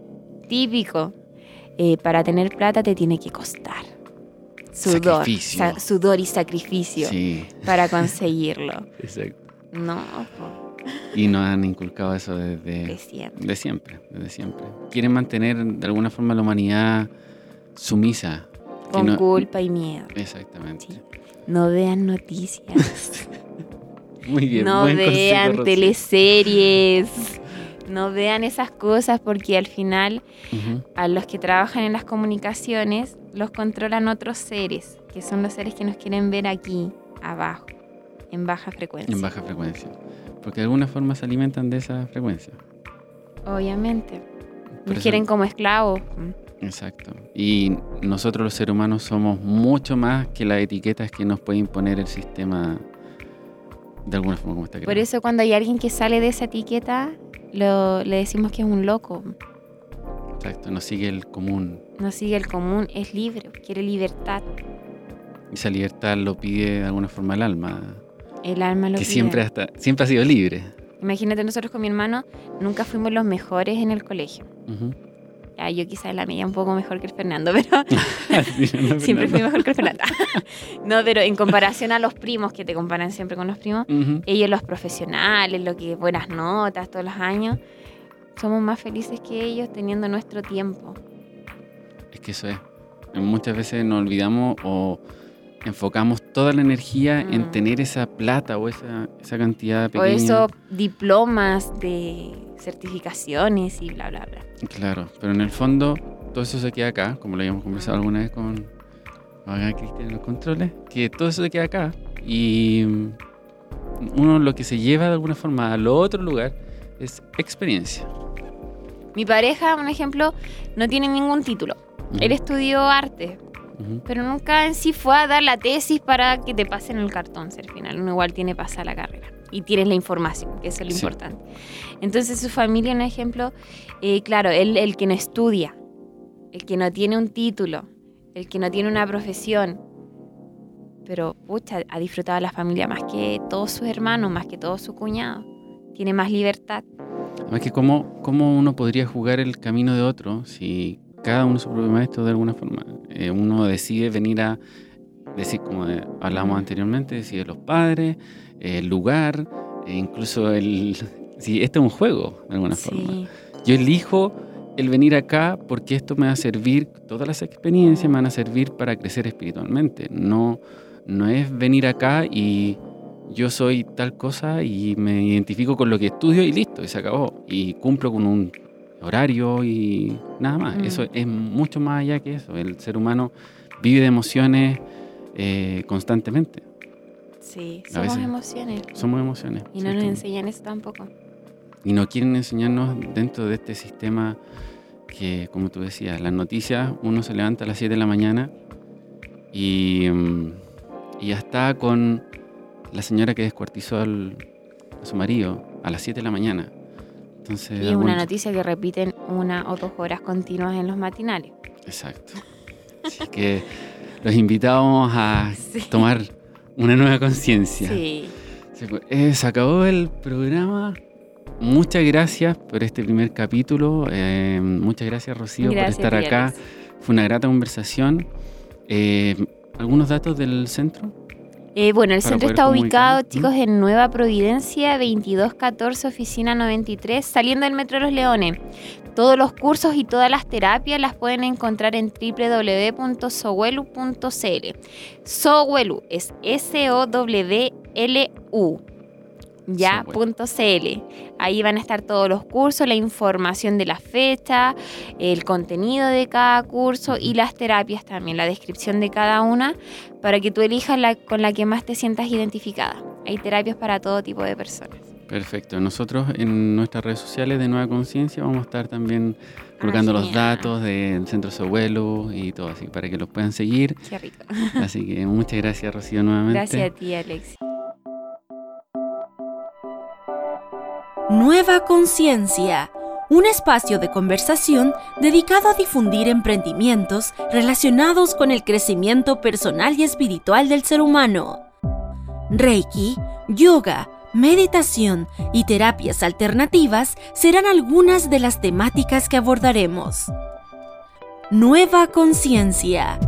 Speaker 2: Típico, eh, para tener plata te tiene que costar sudor, sa- sudor y sacrificio sí. para conseguirlo.
Speaker 1: Exacto.
Speaker 2: No, po.
Speaker 1: Y nos han inculcado eso desde
Speaker 2: de siempre.
Speaker 1: De siempre, desde siempre. Quieren mantener de alguna forma la humanidad sumisa.
Speaker 2: Con
Speaker 1: no...
Speaker 2: culpa y miedo.
Speaker 1: Exactamente.
Speaker 2: Sí. No vean noticias.
Speaker 1: Muy bien.
Speaker 2: No
Speaker 1: buen
Speaker 2: vean
Speaker 1: consejo,
Speaker 2: teleseries. No vean esas cosas porque al final
Speaker 1: uh-huh.
Speaker 2: a los que trabajan en las comunicaciones los controlan otros seres, que son los seres que nos quieren ver aquí, abajo, en baja frecuencia.
Speaker 1: En baja frecuencia. Porque de alguna forma se alimentan de esa frecuencia.
Speaker 2: Obviamente.
Speaker 1: Por
Speaker 2: Nos
Speaker 1: eso...
Speaker 2: quieren como esclavos.
Speaker 1: Exacto. Y nosotros los seres humanos somos mucho más que las etiquetas que nos puede imponer el sistema de alguna forma como está creado.
Speaker 2: Por eso cuando hay alguien que sale de esa etiqueta... Lo, le decimos que es un loco.
Speaker 1: Exacto, no sigue el común.
Speaker 2: No sigue el común, es libre, quiere libertad.
Speaker 1: Y esa libertad lo pide de alguna forma el alma.
Speaker 2: El alma lo
Speaker 1: que
Speaker 2: pide.
Speaker 1: Que siempre, hasta, siempre ha sido libre.
Speaker 2: Imagínate, nosotros con mi hermano nunca fuimos los mejores en el colegio.
Speaker 1: Uh-huh.
Speaker 2: Ya, yo quizás en la media un poco mejor que el Fernando, pero
Speaker 1: sí, no,
Speaker 2: siempre
Speaker 1: Fernando.
Speaker 2: fui mejor que el Fernando. No, pero en comparación a los primos, que te comparan siempre con los primos,
Speaker 1: uh-huh.
Speaker 2: ellos los profesionales, lo que buenas notas todos los años, somos más felices que ellos teniendo nuestro tiempo.
Speaker 1: Es que eso es. Muchas veces nos olvidamos o enfocamos toda la energía mm. en tener esa plata o esa, esa cantidad pequeña.
Speaker 2: O esos diplomas de certificaciones y bla, bla, bla.
Speaker 1: Claro, pero en el fondo todo eso se queda acá, como lo habíamos conversado alguna vez con Cristian en los controles, que todo eso se queda acá y uno lo que se lleva de alguna forma al otro lugar es experiencia.
Speaker 2: Mi pareja, un ejemplo, no tiene ningún título. Uh-huh. Él estudió arte, uh-huh. pero nunca en sí fue a dar la tesis para que te pasen el cartón. Al final uno igual tiene que pasar la carrera y tienes la información, que eso es lo sí. importante. Entonces su familia, un ejemplo, eh, claro, él, el que no estudia, el que no tiene un título, el que no tiene una profesión, pero pucha, ha disfrutado la familia más que todos sus hermanos, más que todos sus cuñados. Tiene más libertad.
Speaker 1: Además que cómo, cómo uno podría jugar el camino de otro si cada uno es su propio maestro de alguna forma. Eh, uno decide venir a decir, como de, hablamos anteriormente, decide los padres, eh, el lugar, eh, incluso el... Si este es un juego de alguna
Speaker 2: sí.
Speaker 1: forma. Yo elijo el venir acá porque esto me va a servir, todas las experiencias me van a servir para crecer espiritualmente. No, no es venir acá y yo soy tal cosa y me identifico con lo que estudio y listo, y se acabó. Y cumplo con un horario y nada más. Mm. Eso es mucho más allá que eso. El ser humano vive de emociones eh, constantemente.
Speaker 2: Sí, somos emociones.
Speaker 1: Somos emociones.
Speaker 2: Y no sí, nos enseñan eso tampoco.
Speaker 1: Y no quieren enseñarnos dentro de este sistema que, como tú decías, las noticias, uno se levanta a las siete de la mañana y, y ya está con la señora que descuartizó al, a su marido a las siete de la mañana. Entonces,
Speaker 2: y algún... una noticia que repiten una o dos horas continuas en los matinales.
Speaker 1: Exacto. Así que los invitamos a sí. tomar una nueva conciencia.
Speaker 2: Sí.
Speaker 1: Se, eh, se acabó el programa. Muchas gracias por este primer capítulo. Eh, muchas gracias, Rocío,
Speaker 2: gracias,
Speaker 1: por estar acá.
Speaker 2: Díaz.
Speaker 1: Fue una grata conversación. Eh, ¿Algunos datos del centro?
Speaker 2: Eh, bueno, el centro está ubicado, chicos, en Nueva Providencia, veintidós catorce, oficina noventa y tres, saliendo del Metro Los Leones. Todos los cursos y todas las terapias las pueden encontrar en doble u doble u doble u punto sowelu punto c l. Sowelu es S O W L U. Ya, punto .cl. Ahí van a estar todos los cursos, la información de la fecha, el contenido de cada curso y las terapias también, la descripción de cada una, para que tú elijas la con la que más te sientas identificada. Hay terapias para todo tipo de personas.
Speaker 1: Perfecto. Nosotros en nuestras redes sociales de Nueva Conciencia vamos a estar también colocando ah, los datos del Centro Sowelu y todo así, para que los puedan seguir.
Speaker 2: Qué rico.
Speaker 1: Así que muchas gracias, Rocío, nuevamente.
Speaker 2: Gracias a ti, Alexis.
Speaker 3: Nueva Conciencia, un espacio de conversación dedicado a difundir emprendimientos relacionados con el crecimiento personal y espiritual del ser humano. Reiki, yoga, meditación y terapias alternativas serán algunas de las temáticas que abordaremos. Nueva Conciencia.